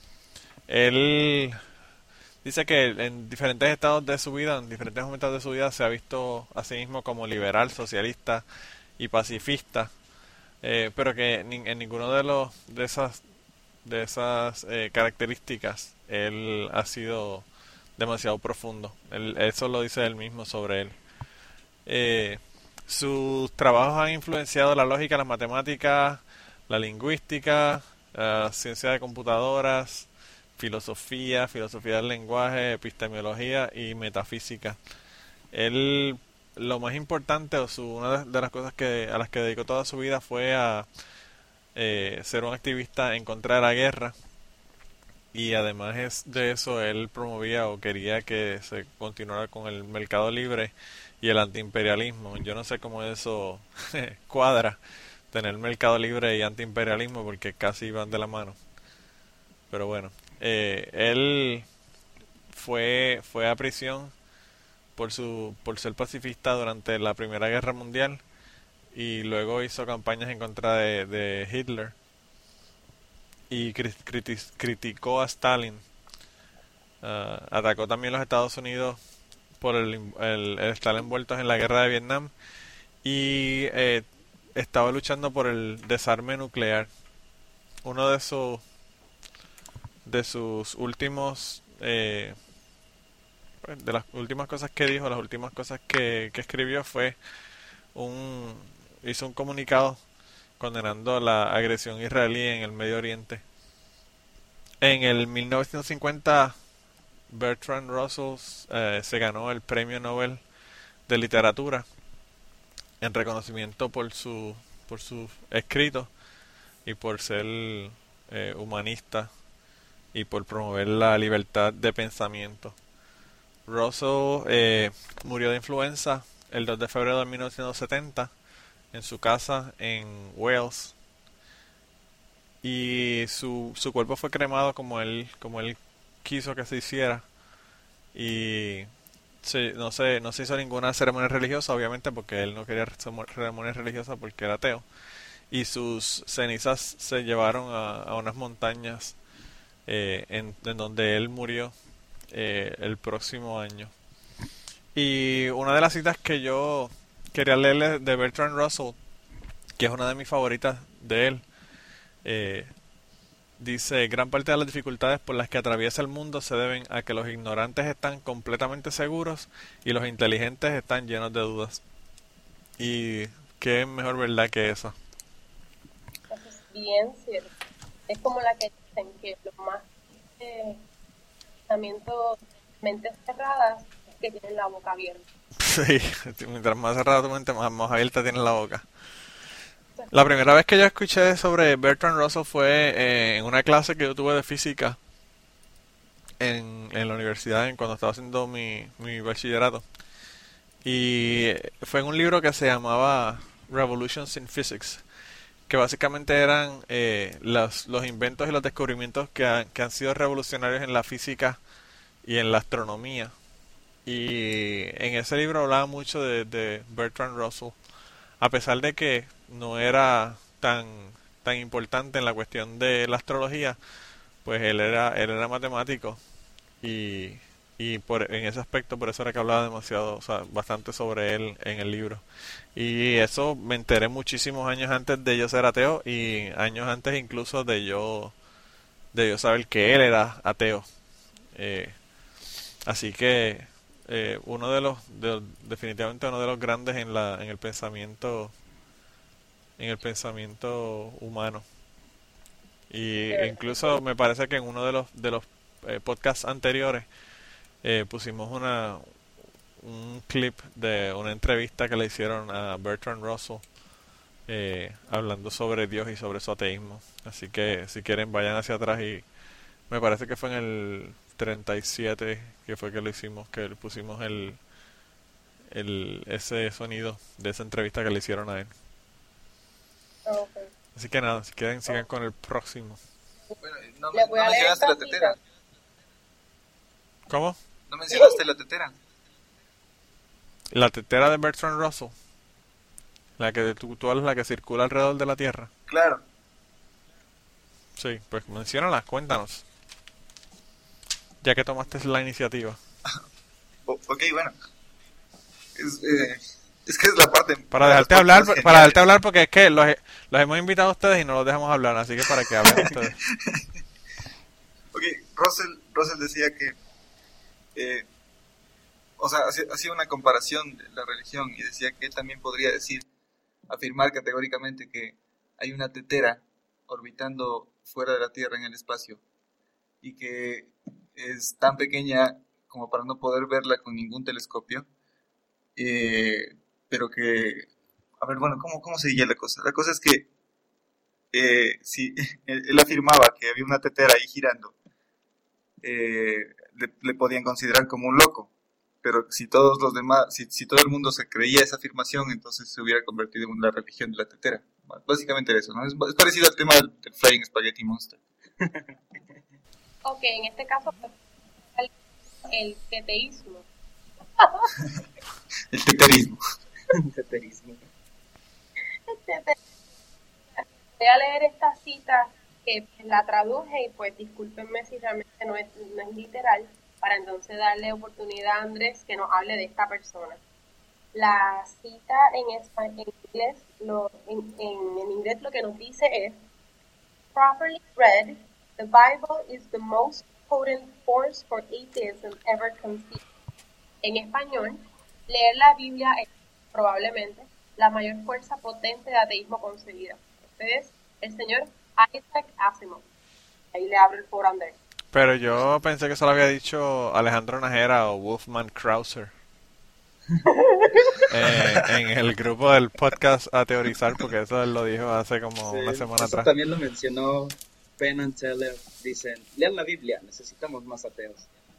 Él dice que en diferentes estados de su vida, en diferentes momentos de su vida, se ha visto a sí mismo como liberal, socialista y pacifista, pero que en ninguno de esas características él ha sido demasiado profundo. Eso lo dice él mismo sobre él. Sus trabajos han influenciado la lógica, las matemáticas, la lingüística, ciencia de computadoras, filosofía del lenguaje, epistemología y metafísica. Él, lo más importante, una de las cosas a las que dedicó toda su vida fue a ser un activista en contra de la guerra, y además de eso él promovía o quería que se continuara con el mercado libre y el antiimperialismo. Yo no sé cómo eso cuadra, tener mercado libre y antiimperialismo, porque casi van de la mano. Pero bueno, él fue a prisión por ser pacifista durante la Primera Guerra Mundial, y luego hizo campañas en contra de Hitler, y criticó a Stalin. Atacó también los Estados Unidos por el estar envueltos en la guerra de Vietnam, y estaba luchando por el desarme nuclear. Uno de sus últimos de las últimas cosas que dijo, las últimas cosas que escribió fue hizo un comunicado condenando la agresión israelí en el Medio Oriente. En el 1950, Bertrand Russell se ganó el Premio Nobel de Literatura en reconocimiento por sus escritos y por ser humanista y por promover la libertad de pensamiento. Russell murió de influenza el 2 de febrero de 1970 en su casa en Wales, y su cuerpo fue cremado como él quiso que se hiciera, y no se hizo ninguna ceremonia religiosa, obviamente, porque él no quería ceremonia religiosa porque era ateo, y sus cenizas se llevaron a unas montañas en donde él murió el próximo año. Y una de las citas que yo quería leerle de Bertrand Russell, que es una de mis favoritas de él, dice: gran parte de las dificultades por las que atraviesa el mundo se deben a que los ignorantes están completamente seguros y los inteligentes están llenos de dudas. Y qué mejor verdad que esa. Eso es bien cierto. Es como la que dicen que los más pensamientos, mentes cerradas, es que tienen la boca abierta. Sí, mientras más cerrada tu mente, más abierta tienes la boca. La primera vez que yo escuché sobre Bertrand Russell fue en una clase que yo tuve de física en la universidad, cuando estaba haciendo mi bachillerato. Y fue en un libro que se llamaba Revolutions in Physics, que básicamente eran los inventos y los descubrimientos que han sido revolucionarios en la física y en la astronomía. Y en ese libro hablaba mucho de Bertrand Russell, a pesar de que no era tan importante en la cuestión de la astrología, pues él era matemático, y en ese aspecto por eso era que hablaba demasiado, o sea, bastante sobre él en el libro. Y eso me enteré muchísimos años antes de yo ser ateo, y años antes incluso de yo saber que él era ateo. Así que definitivamente uno de los grandes en el pensamiento humano. Y incluso me parece que en uno de los podcasts anteriores pusimos un clip de una entrevista que le hicieron a Bertrand Russell hablando sobre Dios y sobre su ateísmo. Así que si quieren vayan hacia atrás, y me parece que fue en el 37 que fue que lo hicimos, que le pusimos ese sonido de esa entrevista que le hicieron a él. Okay. Así que nada, si quieren sigan con el próximo. Bueno, no Le voy a leer mencionaste la esta tetera. cita. ¿Cómo? No mencionaste la tetera. La tetera de Bertrand Russell, la que tú hablas, la que circula alrededor de la Tierra. Claro. Sí, pues menciónala, cuéntanos, ya que tomaste la iniciativa. Ok, bueno. Es que es la parte... Para dejarte hablar, porque es que los hemos invitado a ustedes y no los dejamos hablar, así que para que hablen ustedes. Ok, Russell decía que... o sea, hacía una comparación de la religión y decía que él también podría afirmar categóricamente que hay una tetera orbitando fuera de la Tierra en el espacio y que es tan pequeña como para no poder verla con ningún telescopio, pero que, a ver, bueno, ¿cómo seguía la cosa? La cosa es que si él afirmaba que había una tetera ahí girando, le podían considerar como un loco, pero si todos los demás, si todo el mundo se creía esa afirmación, entonces se hubiera convertido en la religión de la tetera. Básicamente eso, ¿no? Es parecido al tema del Flying Spaghetti Monster. Ok, en este caso, el teteísmo. El teterismo. Teterismo. Voy a leer esta cita que la traduje y pues discúlpenme si realmente no es literal, para entonces darle oportunidad a Andrés que nos hable de esta persona. La cita en inglés, en inglés lo que nos dice es: properly read, the Bible is the most potent force for atheism ever conceived. En español, leer la Biblia es probablemente la mayor fuerza potente de ateísmo concebida. Este es el señor Isaac Asimov. Ahí le abro el foro a Andrés. Pero yo pensé que eso lo había dicho Alejandro Najera o Wolfman Krauser en el grupo del podcast A Teorizar, porque eso él lo dijo hace como una semana eso atrás. También lo mencionó Penn and Teller. Dicen, lean la Biblia, necesitamos más ateos.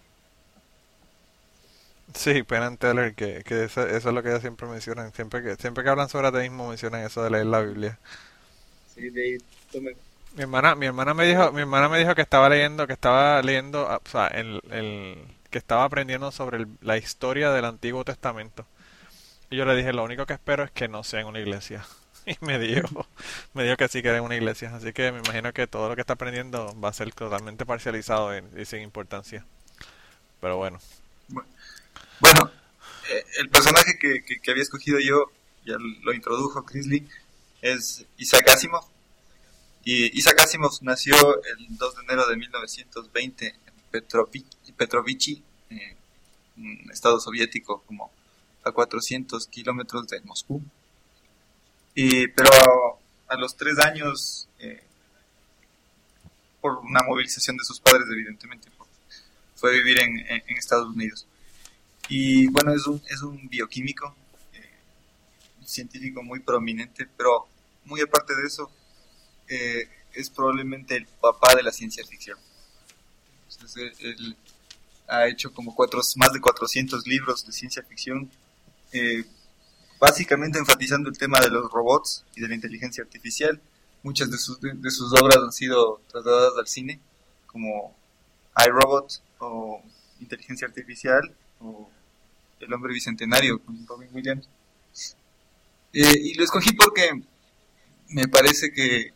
Sí, Penn and Teller, que eso es lo que ellos siempre mencionan. Siempre que hablan sobre ateísmo mencionan eso de leer la Biblia. Sí, de ahí tomé. Mi hermana me dijo que estaba leyendo, o sea, que estaba aprendiendo sobre la historia del Antiguo Testamento. Y yo le dije, lo único que espero es que no sea en una iglesia. Y me dijo que sí que era en una iglesia. Así que me imagino que todo lo que está aprendiendo va a ser totalmente parcializado y sin importancia. Pero bueno. Bueno, el personaje que había escogido yo, ya lo introdujo Chrisley, es Isaac Asimov. Y Isaac Asimov nació el 2 de enero de 1920 en Petrovichi, un estado soviético como a 400 kilómetros de Moscú. Pero a los 3 años, por una movilización de sus padres, evidentemente, fue a vivir en Estados Unidos. Y bueno, es un bioquímico, un científico muy prominente, pero muy aparte de eso, es probablemente el papá de la ciencia ficción. Entonces, él ha hecho como más de 400 libros de ciencia ficción, básicamente enfatizando el tema de los robots y de la inteligencia artificial. Muchas de sus obras han sido trasladadas al cine, como iRobot o Inteligencia Artificial o El Hombre Bicentenario con Robin Williams. Y lo escogí porque me parece que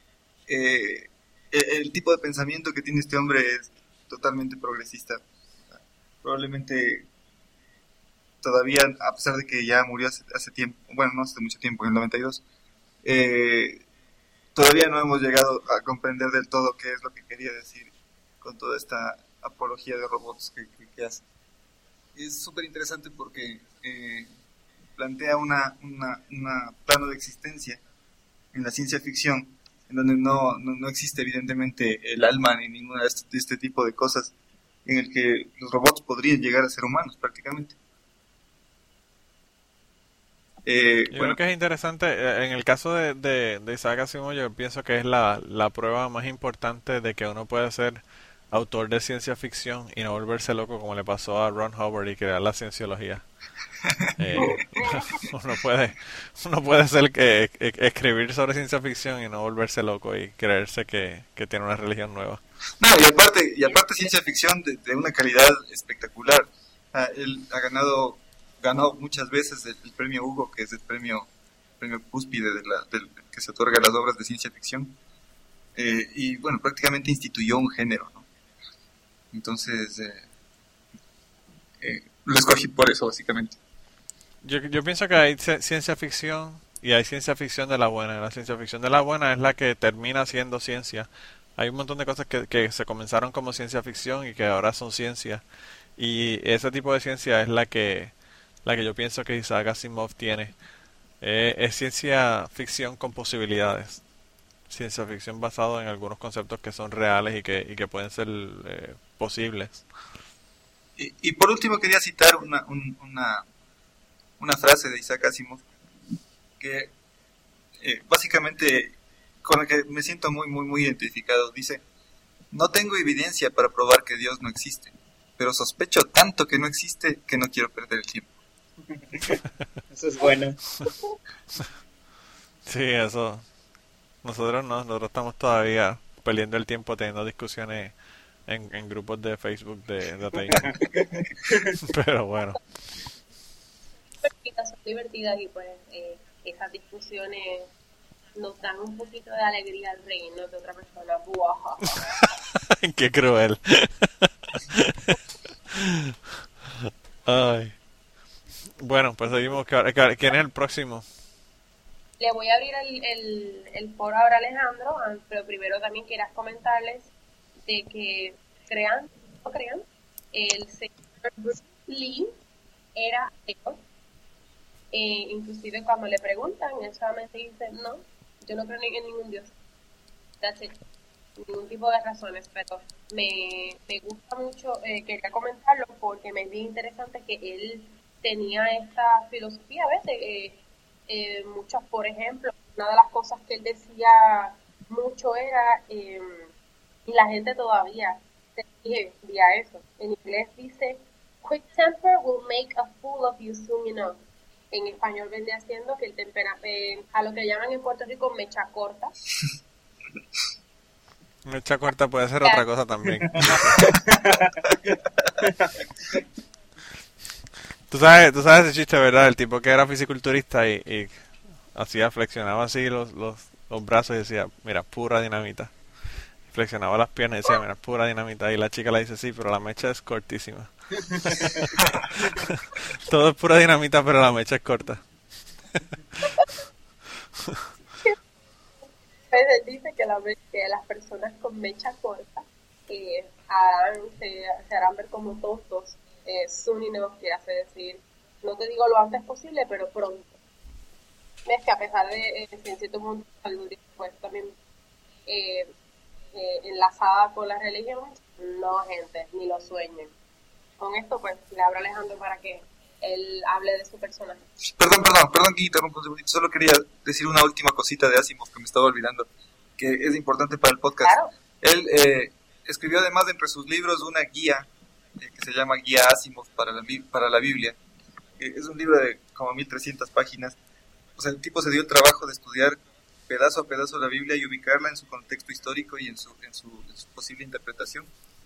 el tipo de pensamiento que tiene este hombre es totalmente progresista. Probablemente todavía, a pesar de que ya murió hace tiempo, bueno, no hace mucho tiempo, en el 92, todavía no hemos llegado a comprender del todo qué es lo que quería decir con toda esta apología de robots que hace. Es súper interesante porque plantea una plano de existencia en la ciencia ficción en donde no existe evidentemente el alma ni ninguna de este tipo de cosas, en el que los robots podrían llegar a ser humanos prácticamente. Yo creo que es interesante, en el caso de Isaac Asimov, yo pienso que es la prueba más importante de que uno puede ser autor de ciencia ficción y no volverse loco como le pasó a Ron Hubbard y crear la cienciología. Uno puede ser que escribir sobre ciencia ficción y no volverse loco y creerse que tiene una religión nueva. No, y aparte ciencia ficción de una calidad espectacular. Él ganó muchas veces el premio Hugo, que es el premio cúspide que se otorga a las obras de ciencia ficción. Y bueno, prácticamente instituyó un género, ¿no? Entonces, lo escogí por eso, básicamente. Yo pienso que hay ciencia ficción y hay ciencia ficción de la buena. La ciencia ficción de la buena es la que termina siendo ciencia. Hay un montón de cosas que se comenzaron como ciencia ficción y que ahora son ciencia. Y ese tipo de ciencia es la que yo pienso que Isaac Asimov tiene. Es ciencia ficción con posibilidades. ciencia ficción basado en algunos conceptos que son reales y que pueden ser posibles. Y por último quería citar una frase de Isaac Asimov que básicamente con la que me siento muy identificado. Dice: no tengo evidencia para probar que Dios no existe, pero sospecho tanto que no existe que no quiero perder el tiempo. Eso es bueno. Sí, eso. Nosotros no, nosotros estamos todavía perdiendo el tiempo teniendo discusiones en grupos de Facebook de ateísmo. Pero bueno, Son divertidas y pues esas discusiones nos dan un poquito de alegría al reírnos de otra persona. Buah. qué cruel. Ay. Bueno, pues seguimos. ¿Quién es el próximo? Le voy a abrir el foro ahora a Alejandro, pero primero también quieras comentarles de que crean, no crean, el señor Bruce Lee era ateo. Inclusive cuando le preguntan, él solamente dice, no, yo no creo en ningún dios. That's it. Ningún tipo de razones, pero me gusta mucho, quería comentarlo porque me es bien interesante que él tenía esta filosofía a veces, muchas, por ejemplo, una de las cosas que él decía mucho era, y la gente todavía se ríe a eso, en inglés dice, quick temper will make a fool of you soon enough. En español vende haciendo que a lo que llaman en Puerto Rico mecha corta. Mecha corta puede ser otra cosa también. Tú sabes ese chiste, ¿verdad? El tipo que era fisiculturista y hacía, flexionaba así los brazos y decía, mira, pura dinamita. Flexionaba las piernas y decía, mira, pura dinamita. Y la chica le dice, sí, pero la mecha es cortísima. Todo es pura dinamita, pero la mecha es corta. Pues él dice que las personas con mecha corta se harán ver como tontos soon enough, que hace decir, no te digo lo antes posible, pero pronto. Es que a pesar de en cierto punto algún día pues también enlazada con la religión, no, gente, ni lo sueñen. Con esto pues le abro a Alejandro para que él hable de su personaje. Perdón que interrumpa un segundito. Solo quería decir una última cosita de Asimov que me estaba olvidando, que es importante para el podcast. Claro. Él escribió además entre sus libros una guía que se llama Guía Asimov para la Biblia. Es un libro de como 1300 páginas. O sea, el tipo se dio el trabajo de estudiar pedazo a pedazo la Biblia y ubicarla en su contexto histórico y en su posible interpretación.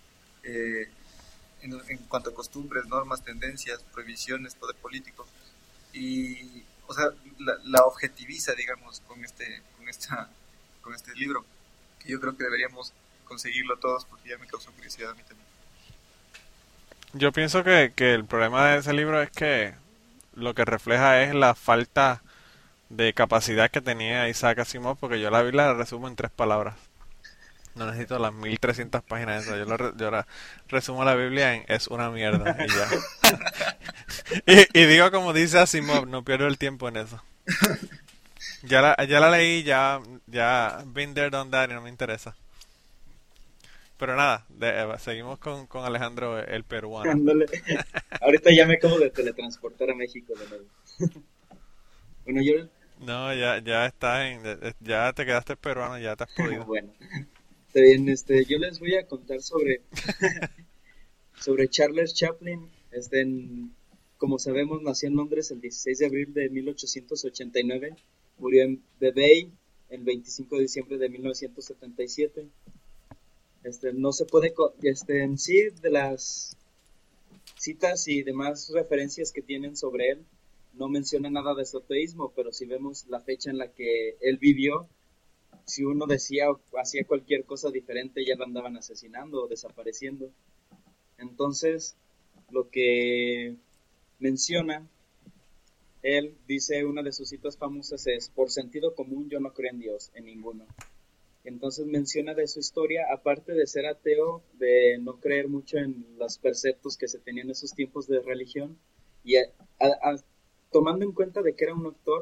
En cuanto a costumbres, normas, tendencias, prohibiciones, poder político, y o sea la objetiviza, digamos, con este libro, que yo creo que deberíamos conseguirlo todos porque ya me causó curiosidad a mí también. Yo pienso que el problema de ese libro es que lo que refleja es la falta de capacidad que tenía Isaac Asimov, porque yo la Biblia la resumo en 3 palabras. No necesito las 1300 páginas de eso. Yo resumo la Biblia en es una mierda y ya. y digo como dice Asimov, no pierdo el tiempo en eso. Ya la leí, ya been there, done that y no me interesa. Pero nada, seguimos con Alejandro, el peruano. Ándale. Ahorita ya me acabo de teletransportar a México de nuevo. Bueno, yo... No, ya estás ya te quedaste peruano, ya te has podido. Bueno, está bien, yo les voy a contar sobre Charles Chaplin. Como sabemos, nació en Londres el 16 de abril de 1889, murió en Vevey el 25 de diciembre de 1977. No se puede, en sí, de las citas y demás referencias que tienen sobre él, no menciona nada de su ateísmo, pero si vemos la fecha en la que él vivió, si uno decía o hacía cualquier cosa diferente, ya lo andaban asesinando o desapareciendo. Entonces, lo que menciona, él dice, una de sus citas famosas es, por sentido común yo no creo en Dios, en ninguno. Entonces menciona de su historia, aparte de ser ateo, de no creer mucho en los preceptos que se tenían en esos tiempos de religión, y tomando en cuenta de que era un actor,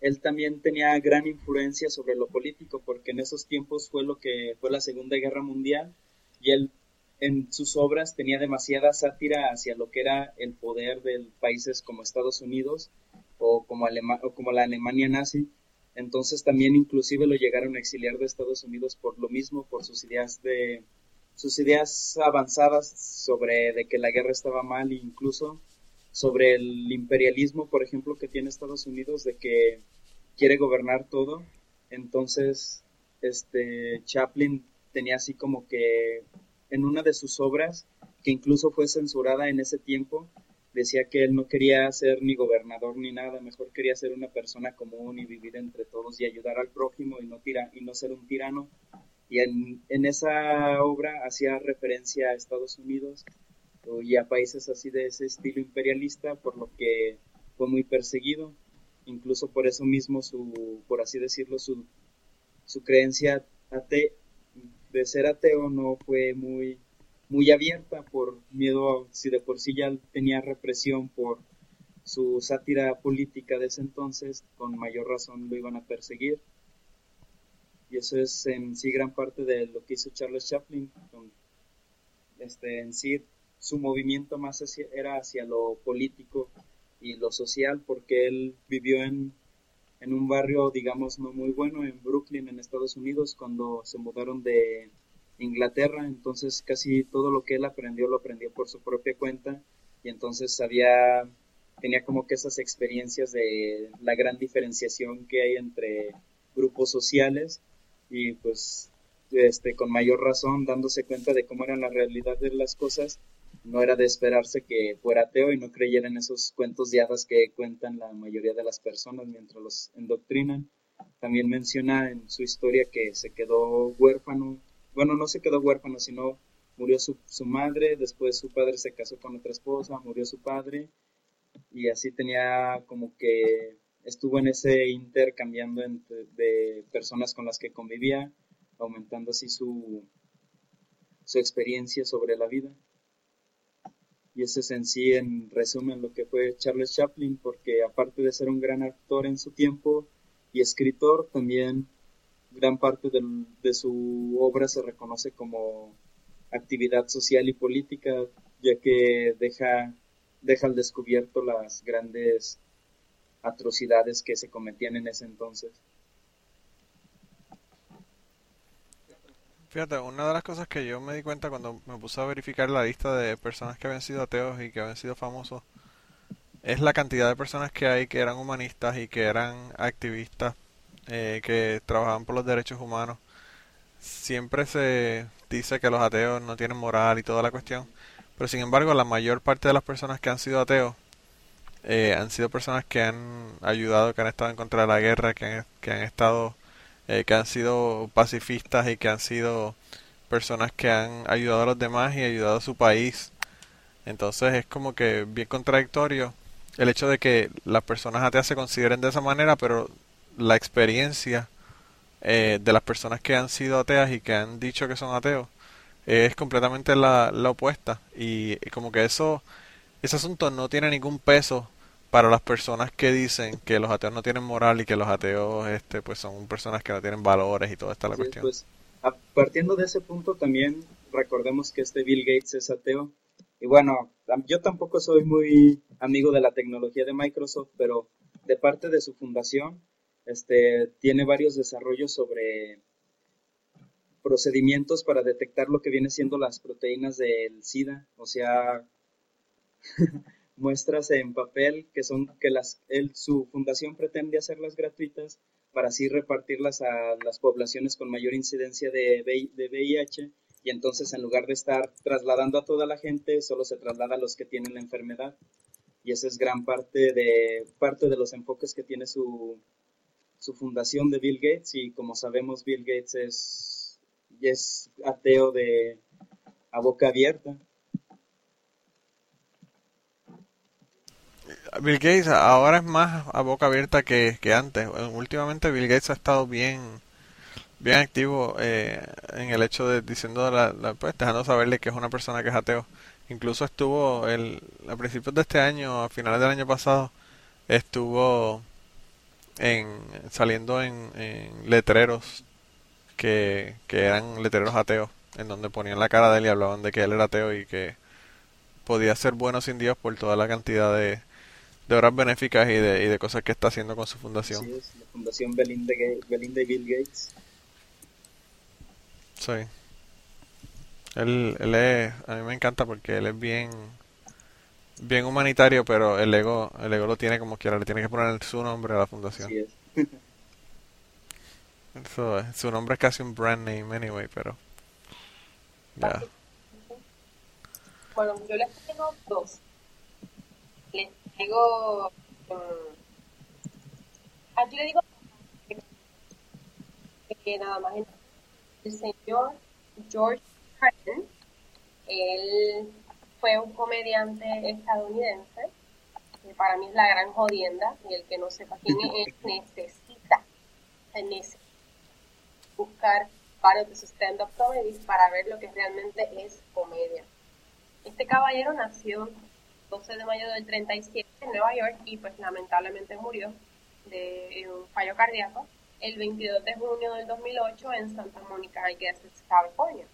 él también tenía gran influencia sobre lo político, porque en esos tiempos fue lo que fue la Segunda Guerra Mundial, y él en sus obras tenía demasiada sátira hacia lo que era el poder de países como Estados Unidos o como la Alemania nazi. Entonces también inclusive lo llegaron a exiliar de Estados Unidos por lo mismo, por sus ideas avanzadas sobre de que la guerra estaba mal, e incluso sobre el imperialismo, por ejemplo, que tiene Estados Unidos, de que quiere gobernar todo. Entonces, Chaplin tenía así como que en una de sus obras, que incluso fue censurada en ese tiempo, decía que él no quería ser ni gobernador ni nada, mejor quería ser una persona común y vivir entre todos y ayudar al prójimo y no ser un tirano. Y en esa obra hacía referencia a Estados Unidos y a países así de ese estilo imperialista, por lo que fue muy perseguido. Incluso por eso mismo, por así decirlo, su creencia de ser ateo no fue muy abierta, por miedo, si de por sí ya tenía represión por su sátira política de ese entonces, con mayor razón lo iban a perseguir. Y eso es en sí gran parte de lo que hizo Charles Chaplin. En sí, su movimiento más era hacia lo político y lo social, porque él vivió en un barrio, digamos, no muy bueno, en Brooklyn, en Estados Unidos, cuando se mudaron de Inglaterra. Entonces casi todo lo que él aprendió lo aprendió por su propia cuenta, y entonces tenía como que esas experiencias de la gran diferenciación que hay entre grupos sociales, y pues con mayor razón, dándose cuenta de cómo era la realidad de las cosas, no era de esperarse que fuera ateo y no creyera en esos cuentos de hadas que cuentan la mayoría de las personas mientras los endoctrinan. También menciona en su historia que se quedó huérfano. Bueno, no se quedó huérfano, sino murió su madre, después su padre se casó con otra esposa, murió su padre, y así tenía como que estuvo en ese intercambiando de personas con las que convivía, aumentando así su experiencia sobre la vida. Y ese es en sí, en resumen, lo que fue Charles Chaplin, porque aparte de ser un gran actor en su tiempo y escritor, también gran parte de su obra se reconoce como actividad social y política, ya que deja al descubierto las grandes atrocidades que se cometían en ese entonces. Fíjate, una de las cosas que yo me di cuenta cuando me puse a verificar la lista de personas que habían sido ateos y que habían sido famosos, es la cantidad de personas que hay que eran humanistas y que eran activistas, que trabajaban por los derechos humanos. Siempre se dice que los ateos no tienen moral y toda la cuestión, pero sin embargo la mayor parte de las personas que han sido ateos han sido personas que han ayudado, que han estado en contra de la guerra, que han estado, que han sido pacifistas y que han sido personas que han ayudado a los demás y ayudado a su país. Entonces es como que bien contradictorio el hecho de que las personas ateas se consideren de esa manera, pero la experiencia de las personas que han sido ateas y que han dicho que son ateos es completamente la opuesta. Y como que ese asunto no tiene ningún peso para las personas que dicen que los ateos no tienen moral y que los ateos pues son personas que no tienen valores y toda esta la Sí, cuestión. pues partiendo de ese punto también recordemos que Bill Gates es ateo. Y bueno, yo tampoco soy muy amigo de la tecnología de Microsoft, pero de parte de su fundación, tiene varios desarrollos sobre procedimientos para detectar lo que viene siendo las proteínas del SIDA, o sea, muestras en papel su fundación pretende hacerlas gratuitas para así repartirlas a las poblaciones con mayor incidencia de VIH, y entonces en lugar de estar trasladando a toda la gente, solo se traslada a los que tienen la enfermedad. Y ese es gran parte de los enfoques que tiene su fundación de Bill Gates. Y como sabemos, Bill Gates es ateo a boca abierta. Bill Gates ahora es más a boca abierta que antes. Últimamente Bill Gates ha estado bien activo en el hecho de diciendo pues dejando saberle que es una persona que es ateo. Incluso estuvo a principios de este año, a finales del año pasado, estuvo saliendo en letreros que eran letreros ateos, en donde ponían la cara de él y hablaban de que él era ateo y que podía ser bueno sin Dios por toda la cantidad de obras benéficas y de cosas que está haciendo con su fundación. Así es, la Fundación Belinda y Bill Gates. Sí. A mí me encanta porque él es bien humanitario, pero el ego lo tiene como quiera, le tiene que poner su nombre a la fundación. Así es. Eso es, su nombre es casi un brand name anyway, pero ya. Bueno, yo les traigo dos. Les traigo, aquí le digo nada más el señor George Carlin. Él fue un comediante estadounidense, que para mí es la gran jodienda, y el que no sepa quién es, necesita buscar varios de sus stand-up comedies para ver lo que realmente es comedia. Este caballero nació el 12 de mayo del 37 en Nueva York y pues lamentablemente murió de un fallo cardíaco el 22 de junio del 2008 en Santa Mónica, California.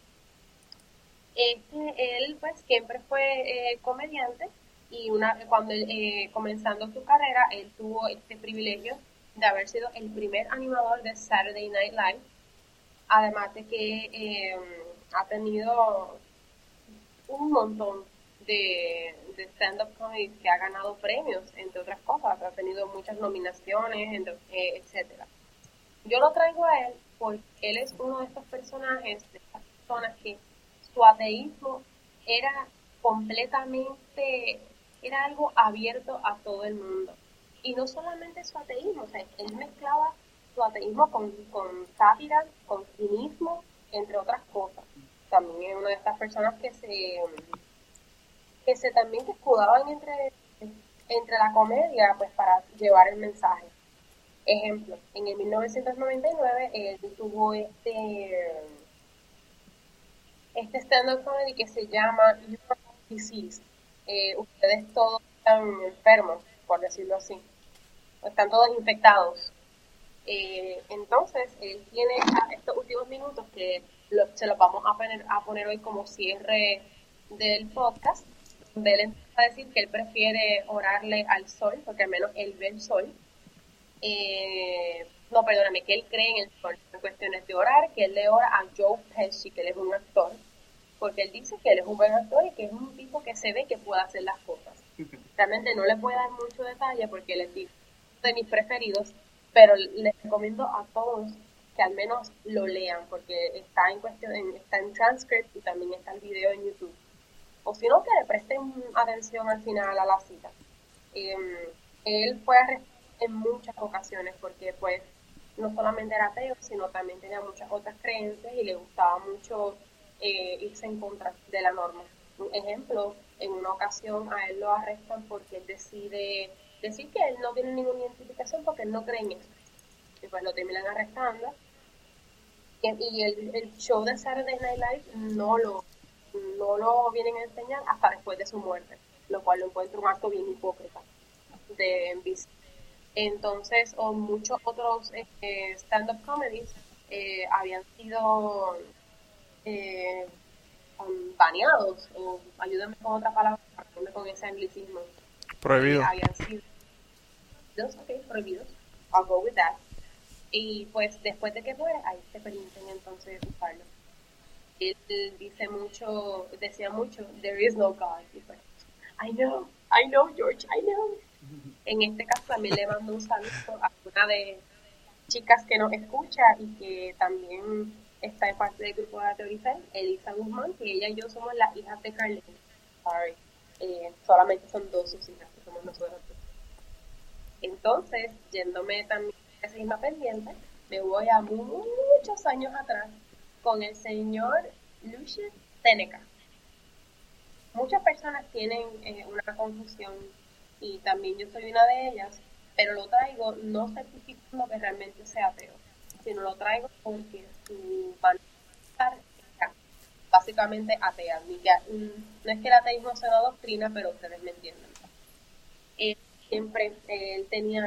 Él pues siempre fue comediante y cuando comenzando su carrera él tuvo este privilegio de haber sido el primer animador de Saturday Night Live, además de que ha tenido un montón de stand-up comedy que ha ganado premios, entre otras cosas, ha tenido muchas nominaciones, etcétera. Yo lo traigo a él porque él es uno de estos personajes, de estas personas que su ateísmo era completamente, era algo abierto a todo el mundo. Y no solamente su ateísmo, o sea, él mezclaba su ateísmo con sátira, con cinismo, entre otras cosas. También es una de estas personas que también que escudaban entre la comedia, pues para llevar el mensaje. Ejemplo, en el 1999 él tuvo este stand-up comedy que se llama You're Disease. Ustedes todos están enfermos, por decirlo así. Están todos infectados. Entonces, él tiene estos últimos minutos que se los vamos a poner hoy como cierre del podcast, donde él empieza a decir que él prefiere orarle al sol, porque al menos él ve el sol. No, perdóname, que él cree en el sol. En cuestiones de orar, que él le ora a Joe Pesci, que él es un actor, porque él dice que él es un buen actor y que es un tipo que se ve que puede hacer las cosas. Realmente no le puedo dar mucho detalle porque él es de mis preferidos, pero les recomiendo a todos que al menos lo lean, porque está en transcript y también está el video en YouTube. O si no, que le presten atención al final a la cita. Él fue arrestado en muchas ocasiones porque pues no solamente era ateo, sino también tenía muchas otras creencias y le gustaba mucho irse en contra de la norma. Un ejemplo, en una ocasión a él lo arrestan porque él decide decir que él no tiene ninguna identificación porque él no cree en eso. Y pues lo terminan arrestando. Y el show de Saturday Night Live no lo vienen a enseñar hasta después de su muerte, lo cual lo encuentro un acto bien hipócrita de envidia. Entonces, muchos otros stand-up comedies habían sido baneados, o ayúdame con otra palabra, ayúdame con ese anglicismo. Prohibido. Habían sido prohibidos. I'll go with that. Y pues después de que muere, ahí se permiten entonces usarlo. Él decía mucho, there is no God. Y pues, I know, George, I know. En este caso también le mando un saludo a una de chicas que nos escucha y que también está en parte del grupo de la Teoría, Elisa Guzmán, que ella y yo somos las hijas de Carlene. Sorry, solamente son dos sus hijas, que somos nosotros. Entonces, yéndome también a esa misma pendiente, me voy a muchos años atrás con el señor Lucius Seneca. Muchas personas tienen una confusión y también yo soy una de ellas, pero lo traigo no certificando que realmente sea ateo, sino lo traigo porque su manera está básicamente atea. No es que el ateísmo sea una doctrina, pero ustedes me entienden. siempre él tenía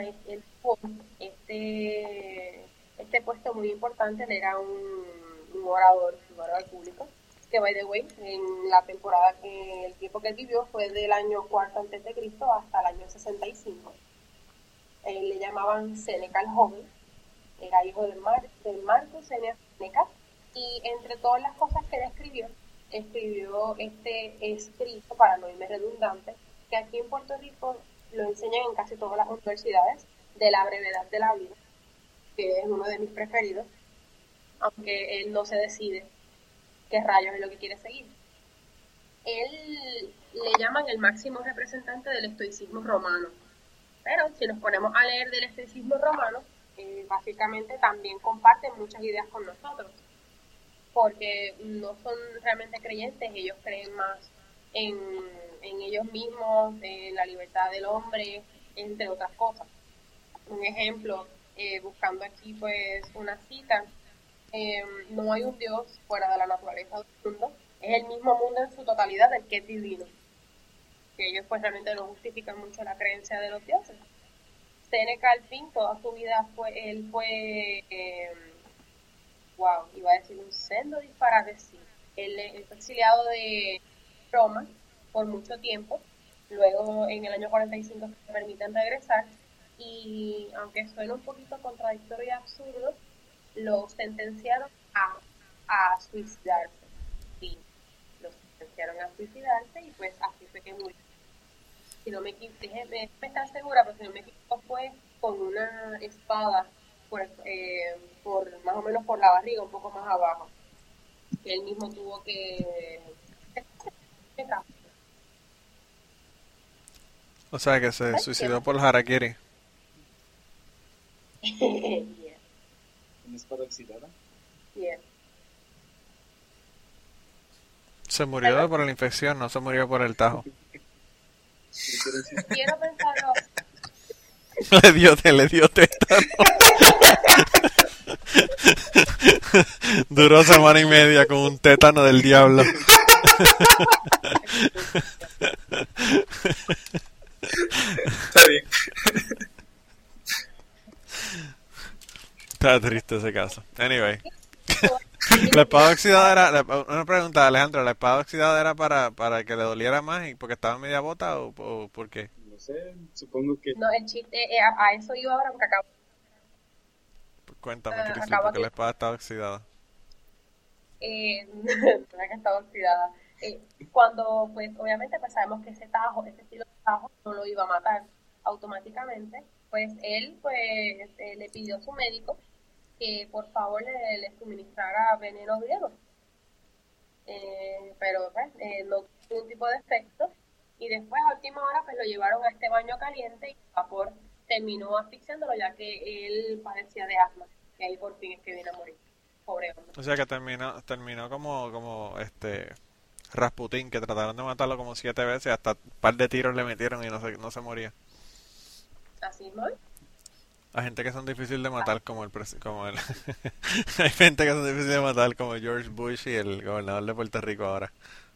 este puesto muy importante. Él era un orador público, que by the way, en la temporada el tiempo que él vivió fue del año 4 antes de Cristo hasta el año 65. Le llamaban Séneca el joven, era hijo de Marco Séneca, y entre todas las cosas que él escribió este escrito, para no irme redundante, que aquí en Puerto Rico lo enseñan en casi todas las universidades, de la brevedad de la vida, que es uno de mis preferidos, aunque él no se decide qué rayos es lo que quiere seguir. Él le llaman el máximo representante del estoicismo romano, pero si nos ponemos a leer del estoicismo romano, básicamente también comparten muchas ideas con nosotros, porque no son realmente creyentes, ellos creen más en ellos mismos, en la libertad del hombre, entre otras cosas. Un ejemplo, buscando aquí pues una cita, no hay un Dios fuera de la naturaleza del mundo, es el mismo mundo en su totalidad el que es divino, que ellos pues realmente no justifican mucho la creencia de los dioses. Séneca al fin, toda su vida iba a decir un sendo disparate, sí. Él fue exiliado de Roma por mucho tiempo, luego en el año 45 se permiten regresar, y aunque suena un poquito contradictorio y absurdo, lo sentenciaron a suicidarse. Sí, lo sentenciaron a suicidarse y pues así fue que murió. Si no me equivoco, déjeme estar segura, pero si no me equivoco fue con una espada por más o menos por la barriga, un poco más abajo, que él mismo tuvo que... O sea, que se suicidó por harakiri. Yeah, ¿Una espada oxidada? yeah. Se murió por la infección, no se murió por el tajo. Quiero pensarlo. Le dio tétano. Duró semana y media con un tétano del diablo. Está bien. Está triste ese caso. Anyway. La espada oxidada era... Una pregunta, Alejandro. ¿La espada oxidada era para que le doliera más y porque estaba media bota o por qué? No sé, supongo que... No, el chiste, a eso iba ahora, aunque acabo. Cuéntame, Crisley, Acaba ¿por qué que la espada estaba oxidada? no es que estaba oxidada. Cuando, pues, obviamente, pues sabemos que ese estilo de tajo no lo iba a matar automáticamente, pues él, pues, le pidió a su médico que por favor le suministrara veneno griego. Pero pues, no tuvo ningún tipo de efecto, y después a última hora pues lo llevaron a este baño caliente y el vapor terminó asfixiándolo, ya que él padecía de asma, y ahí por fin es que viene a morir, pobre hombre. O sea que terminó como Rasputín, que trataron de matarlo como 7 veces, hasta un par de tiros le metieron y no se moría. Así no es. Hay gente que son difíciles de matar como el hay gente que son difíciles de matar como George Bush y el gobernador de Puerto Rico ahora.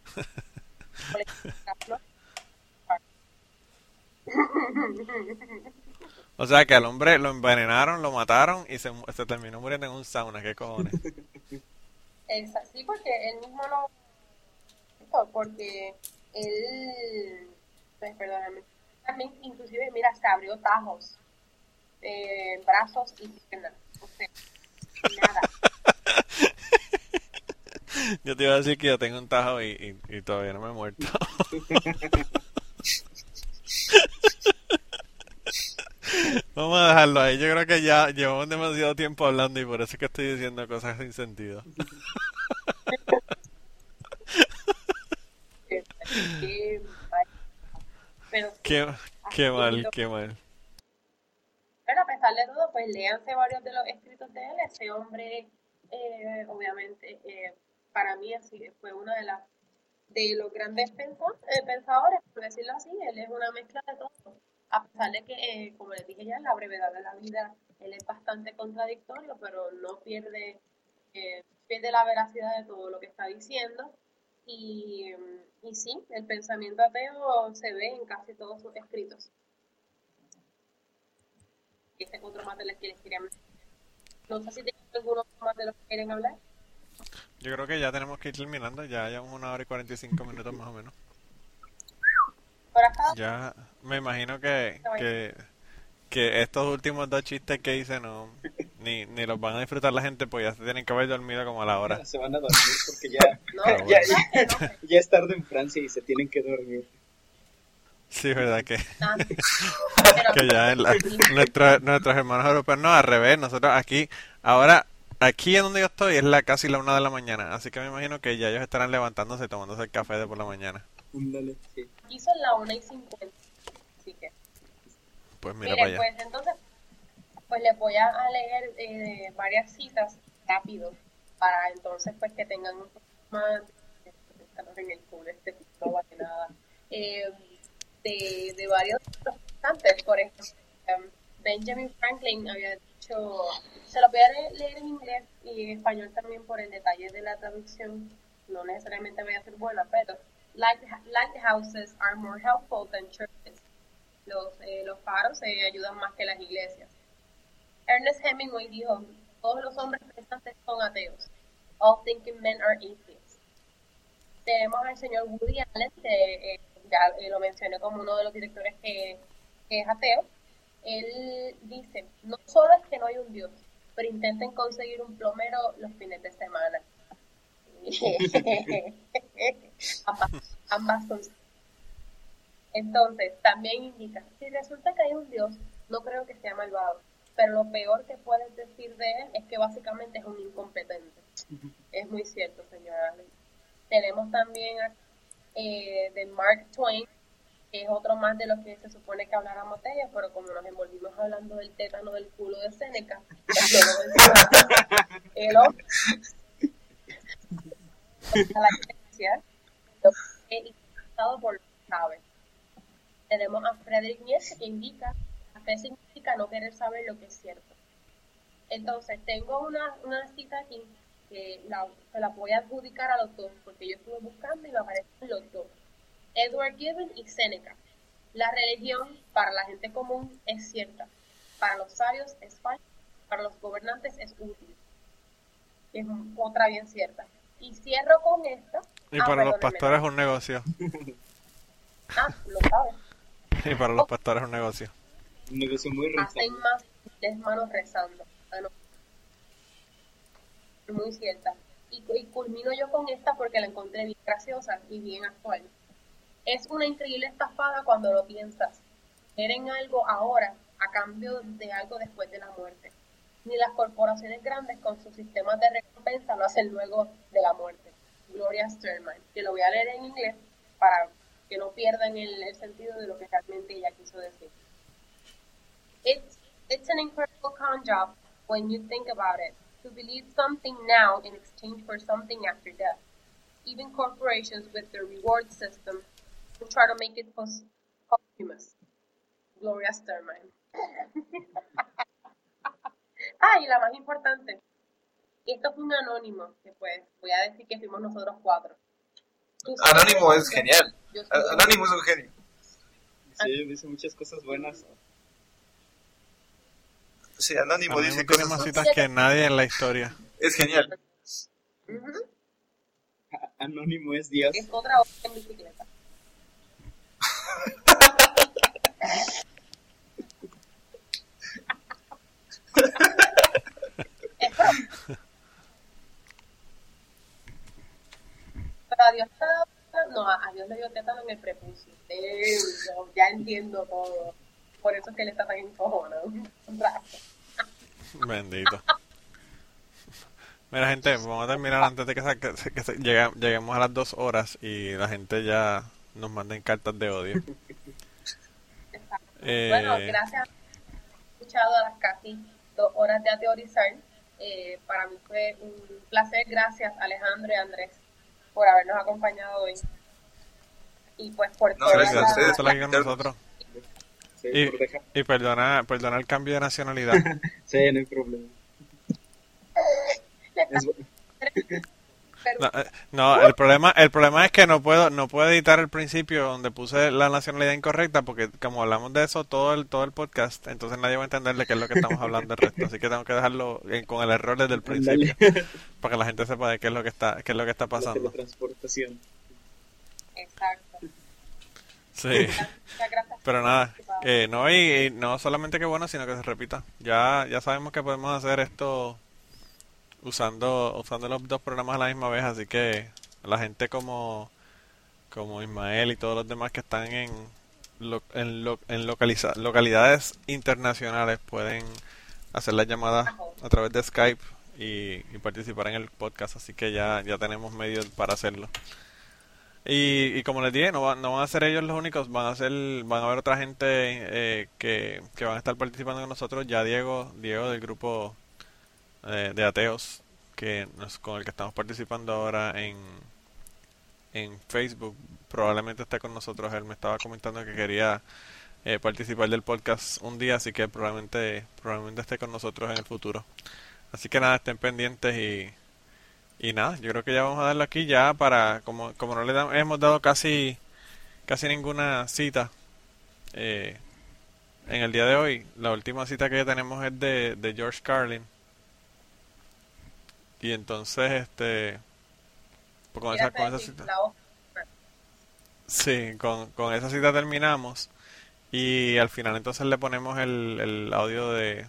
O sea que al hombre lo envenenaron, lo mataron y se terminó muriendo en un sauna. ¿Qué cojones? Es así porque él mismo porque él, pues, perdóname, también inclusive, mira, se abrió tajos, brazos y piernas, o sea, nada. Yo te iba a decir que yo tengo un tajo y todavía no me he muerto. Vamos a dejarlo ahí. Yo creo que ya llevamos demasiado tiempo hablando y por eso es que estoy diciendo cosas sin sentido. Pero sí, Qué mal, qué mal. pero a pesar de todo, pues léanse varios de los escritos de él. Ese hombre, obviamente, para mí así fue una de los grandes pensadores, por decirlo así. Él es una mezcla de todo. A pesar de que, como les dije ya, en la brevedad de la vida, él es bastante contradictorio, pero no pierde la veracidad de todo lo que está diciendo. Y sí, el pensamiento ateo se ve en casi todos sus escritos. ese es otro más de los que les quería mencionar. No sé si tienen alguno más de los que quieren hablar. Yo creo que ya tenemos que ir terminando, ya llevamos 1 hora y 45 minutos más o menos. Por acá, Ya me imagino que estos últimos 2 chistes que hice ni los van a disfrutar la gente, pues ya se tienen que haber dormido como a la hora. Se van a dormir porque ya, no, Pero ya, bueno. ya, ya es tarde en Francia y se tienen que dormir. Sí, verdad que, pero que ya nuestros hermanos europeos, no, al revés, nosotros aquí en donde yo estoy es casi la 1 de la mañana, así que me imagino que ya ellos estarán levantándose y tomándose el café de por la mañana. Ándale, sí. aquí son las 1:50, así que Pues mira para miren, allá. pues entonces pues les voy a leer varias citas rápido para entonces pues que tengan un poco más en el culo este no vale nada de varios cantantes. Por ejemplo, Benjamin Franklin había dicho, se lo voy a leer en inglés y en español también por el detalle de la traducción, no necesariamente voy a ser buena, pero lighthouses are more helpful than churches. Los faros ayudan más que las iglesias. Ernest Hemingway dijo, todos los hombres pensantes son ateos. All thinking men are atheists. Tenemos al señor Woody Allen, que ya lo mencioné como uno de los directores que es ateo. Él dice, no solo es que no hay un Dios, pero intenten conseguir un plomero los fines de semana. ambas son. Entonces, también indica, si resulta que hay un Dios, no creo que sea malvado, pero lo peor que puedes decir de él es que básicamente es un incompetente. Es muy cierto, señora. Tenemos también de Mark Twain, que es otro más de lo que se supone que habláramos de ella, pero como nos envolvimos hablando del tétano del culo de Séneca, el hombre a la iglesia, lo que es influenciado por lo que sabe. Tenemos a Friedrich Nietzsche que indica, la fe significa no querer saber lo que es cierto. Entonces, tengo una cita aquí que se la voy a adjudicar a los dos, porque yo estuve buscando y me aparecen los dos. Edward Gibbon y Séneca. La religión para la gente común es cierta, para los sabios es falsa, para los gobernantes es útil. Es otra bien cierta. Y cierro con esta. Y para los pastores es un negocio. Lo sabes. Y para los pastores es un negocio. Un negocio muy rentable. Hacen más de manos rezando. No. Muy cierta. Y culmino yo con esta porque la encontré bien graciosa y bien actual. Es una increíble estafada cuando lo piensas. Quieren algo ahora a cambio de algo después de la muerte. Ni las corporaciones grandes con sus sistemas de recompensa lo hacen luego de la muerte. Gloria Steinman, que lo voy a leer en inglés para que no pierdan el sentido de lo que realmente ella quiso decir. It's an incredible con job when you think about it, to believe something now in exchange for something after death. Even corporations with their reward system will try to make it posthumous. Gloria Steinman. Y la más importante, esto fue un anónimo, que pues voy a decir que fuimos nosotros 4. Anónimo es genial. Anónimo es un genio. Sí, dice muchas cosas buenas. Sí, Anónimo dice tiene cosas más buenas. citas que nadie en la historia. Es genial. Anónimo es Dios. Es otra hora en bicicleta. Pero a Dios a Dios le dio tétano en el prepucio. Yo ya entiendo todo. Por eso es que él está tan encojonado. Bendito. Mira, gente, vamos a terminar antes de que lleguemos a las 2 horas y la gente ya nos manden cartas de odio. Bueno, gracias por haber escuchado a las casi 2 horas de teorizar. Para mí fue un placer. Gracias, Alejandro y Andrés, por habernos acompañado hoy. Y pues por No, gracias a ustedes Estar aquí con nosotros. Sí, por dejar. Y perdona el cambio de nacionalidad. Sí, no hay problema. No, el problema es que no puedo editar el principio donde puse la nacionalidad incorrecta porque como hablamos de eso todo el podcast, entonces nadie va a entender de qué es lo que estamos hablando del resto, así que tengo que dejarlo con el error desde el principio para que la gente sepa de qué es lo que está La pasando. teletransportación. Exacto. Sí, Muchas gracias. pero nada, no y no solamente que bueno, sino que se repita. Ya sabemos que podemos hacer esto usando los dos programas a la misma vez, así que la gente como Ismael y todos los demás que están en localidades internacionales pueden hacer las llamadas a través de Skype y participar en el podcast, así que ya tenemos medios para hacerlo. Y como les dije, no van a ser ellos los únicos, van a haber otra gente que van a estar participando con nosotros. Ya Diego del grupo de ateos con el que estamos participando ahora en Facebook, probablemente esté con nosotros. Él me estaba comentando que quería participar del podcast un día, así que probablemente esté con nosotros en el futuro. Así que nada, estén pendientes y nada, yo creo que ya vamos a darlo aquí ya para, como no le hemos dado casi ninguna cita en el día de hoy. La última cita que ya tenemos es de George Carlin. Y entonces, pues con esa cita. Sí, con esa cita terminamos. Y al final entonces le ponemos el audio el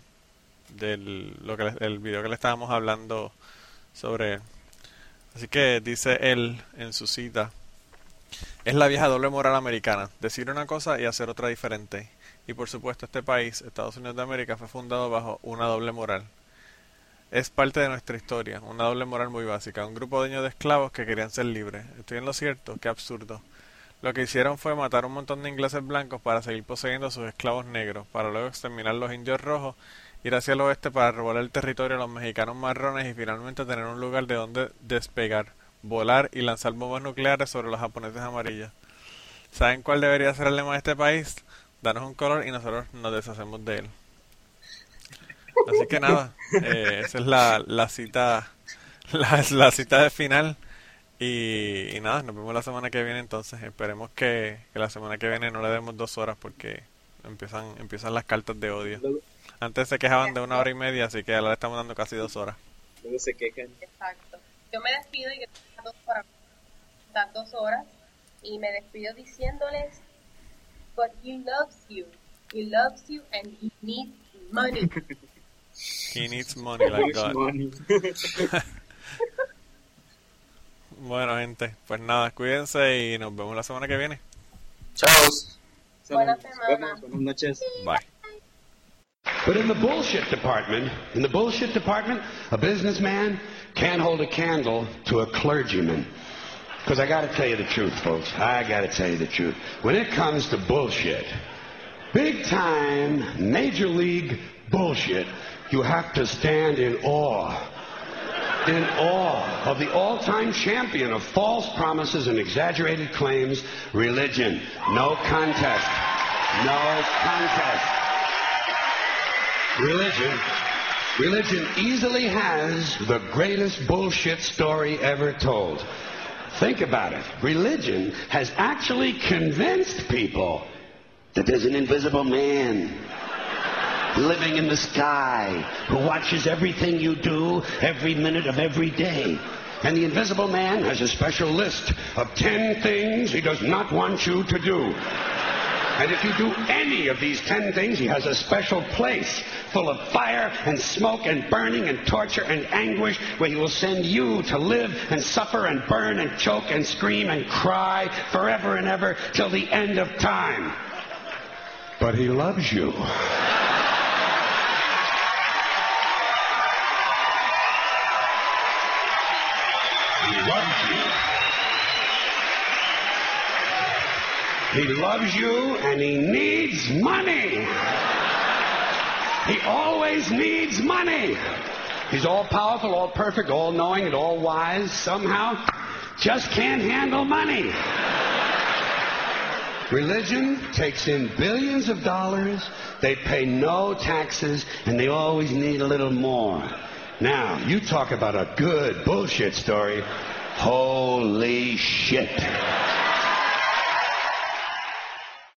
video que le estábamos hablando sobre él. Así que dice él en su cita: es la vieja doble moral americana, decir una cosa y hacer otra diferente. Y por supuesto este país, Estados Unidos de América, fue fundado bajo una doble moral. Es parte de nuestra historia, una doble moral muy básica. Un grupo de niños de esclavos que querían ser libres. ¿Estoy en lo cierto? Qué absurdo. Lo que hicieron fue matar un montón de ingleses blancos para seguir poseyendo a sus esclavos negros, para luego exterminar los indios rojos, ir hacia el oeste para robar el territorio a los mexicanos marrones y finalmente tener un lugar de donde despegar, volar y lanzar bombas nucleares sobre los japoneses amarillos. ¿Saben cuál debería ser el lema de este país? Danos un color y nosotros nos deshacemos de él. Así que nada, esa es la cita de final y nada, nos vemos la semana que viene entonces. Esperemos que la semana que viene no le demos 2 horas porque empiezan las cartas de odio. Antes se quejaban de 1 hora y media, así que ahora le estamos dando casi 2 horas. Luego se quejan. Exacto. Yo me despido y para estas 2 horas y me despido diciéndoles, but he loves you and he needs money. He needs money like God. Bueno, gente, pues nada, cuídense y nos vemos la semana que viene. Chao. Buenas semanas. Buenas noches. Bye. But in the bullshit department, a businessman can't hold a candle to a clergyman. Because I got to tell you the truth, folks. I got to tell you the truth. When it comes to bullshit, big time, major league bullshit, you have to stand in awe of the all-time champion of false promises and exaggerated claims, religion. No contest. No contest. Religion easily has the greatest bullshit story ever told. Think about it. Religion has actually convinced people that there's an invisible man living in the sky who watches everything you do every minute of every day. And the invisible man has a special list of 10 things he does not want you to do. And if you do any of these 10 things, he has a special place full of fire and smoke and burning and torture and anguish where he will send you to live and suffer and burn and choke and scream and cry forever and ever till the end of time. But he loves you. He loves you. He loves you and he needs money. He always needs money. He's all powerful, all perfect, all knowing, and all wise. Somehow, just can't handle money. Religion takes in billions of dollars. They pay no taxes, and they always need a little more. Now, you talk about a good bullshit story. Holy shit.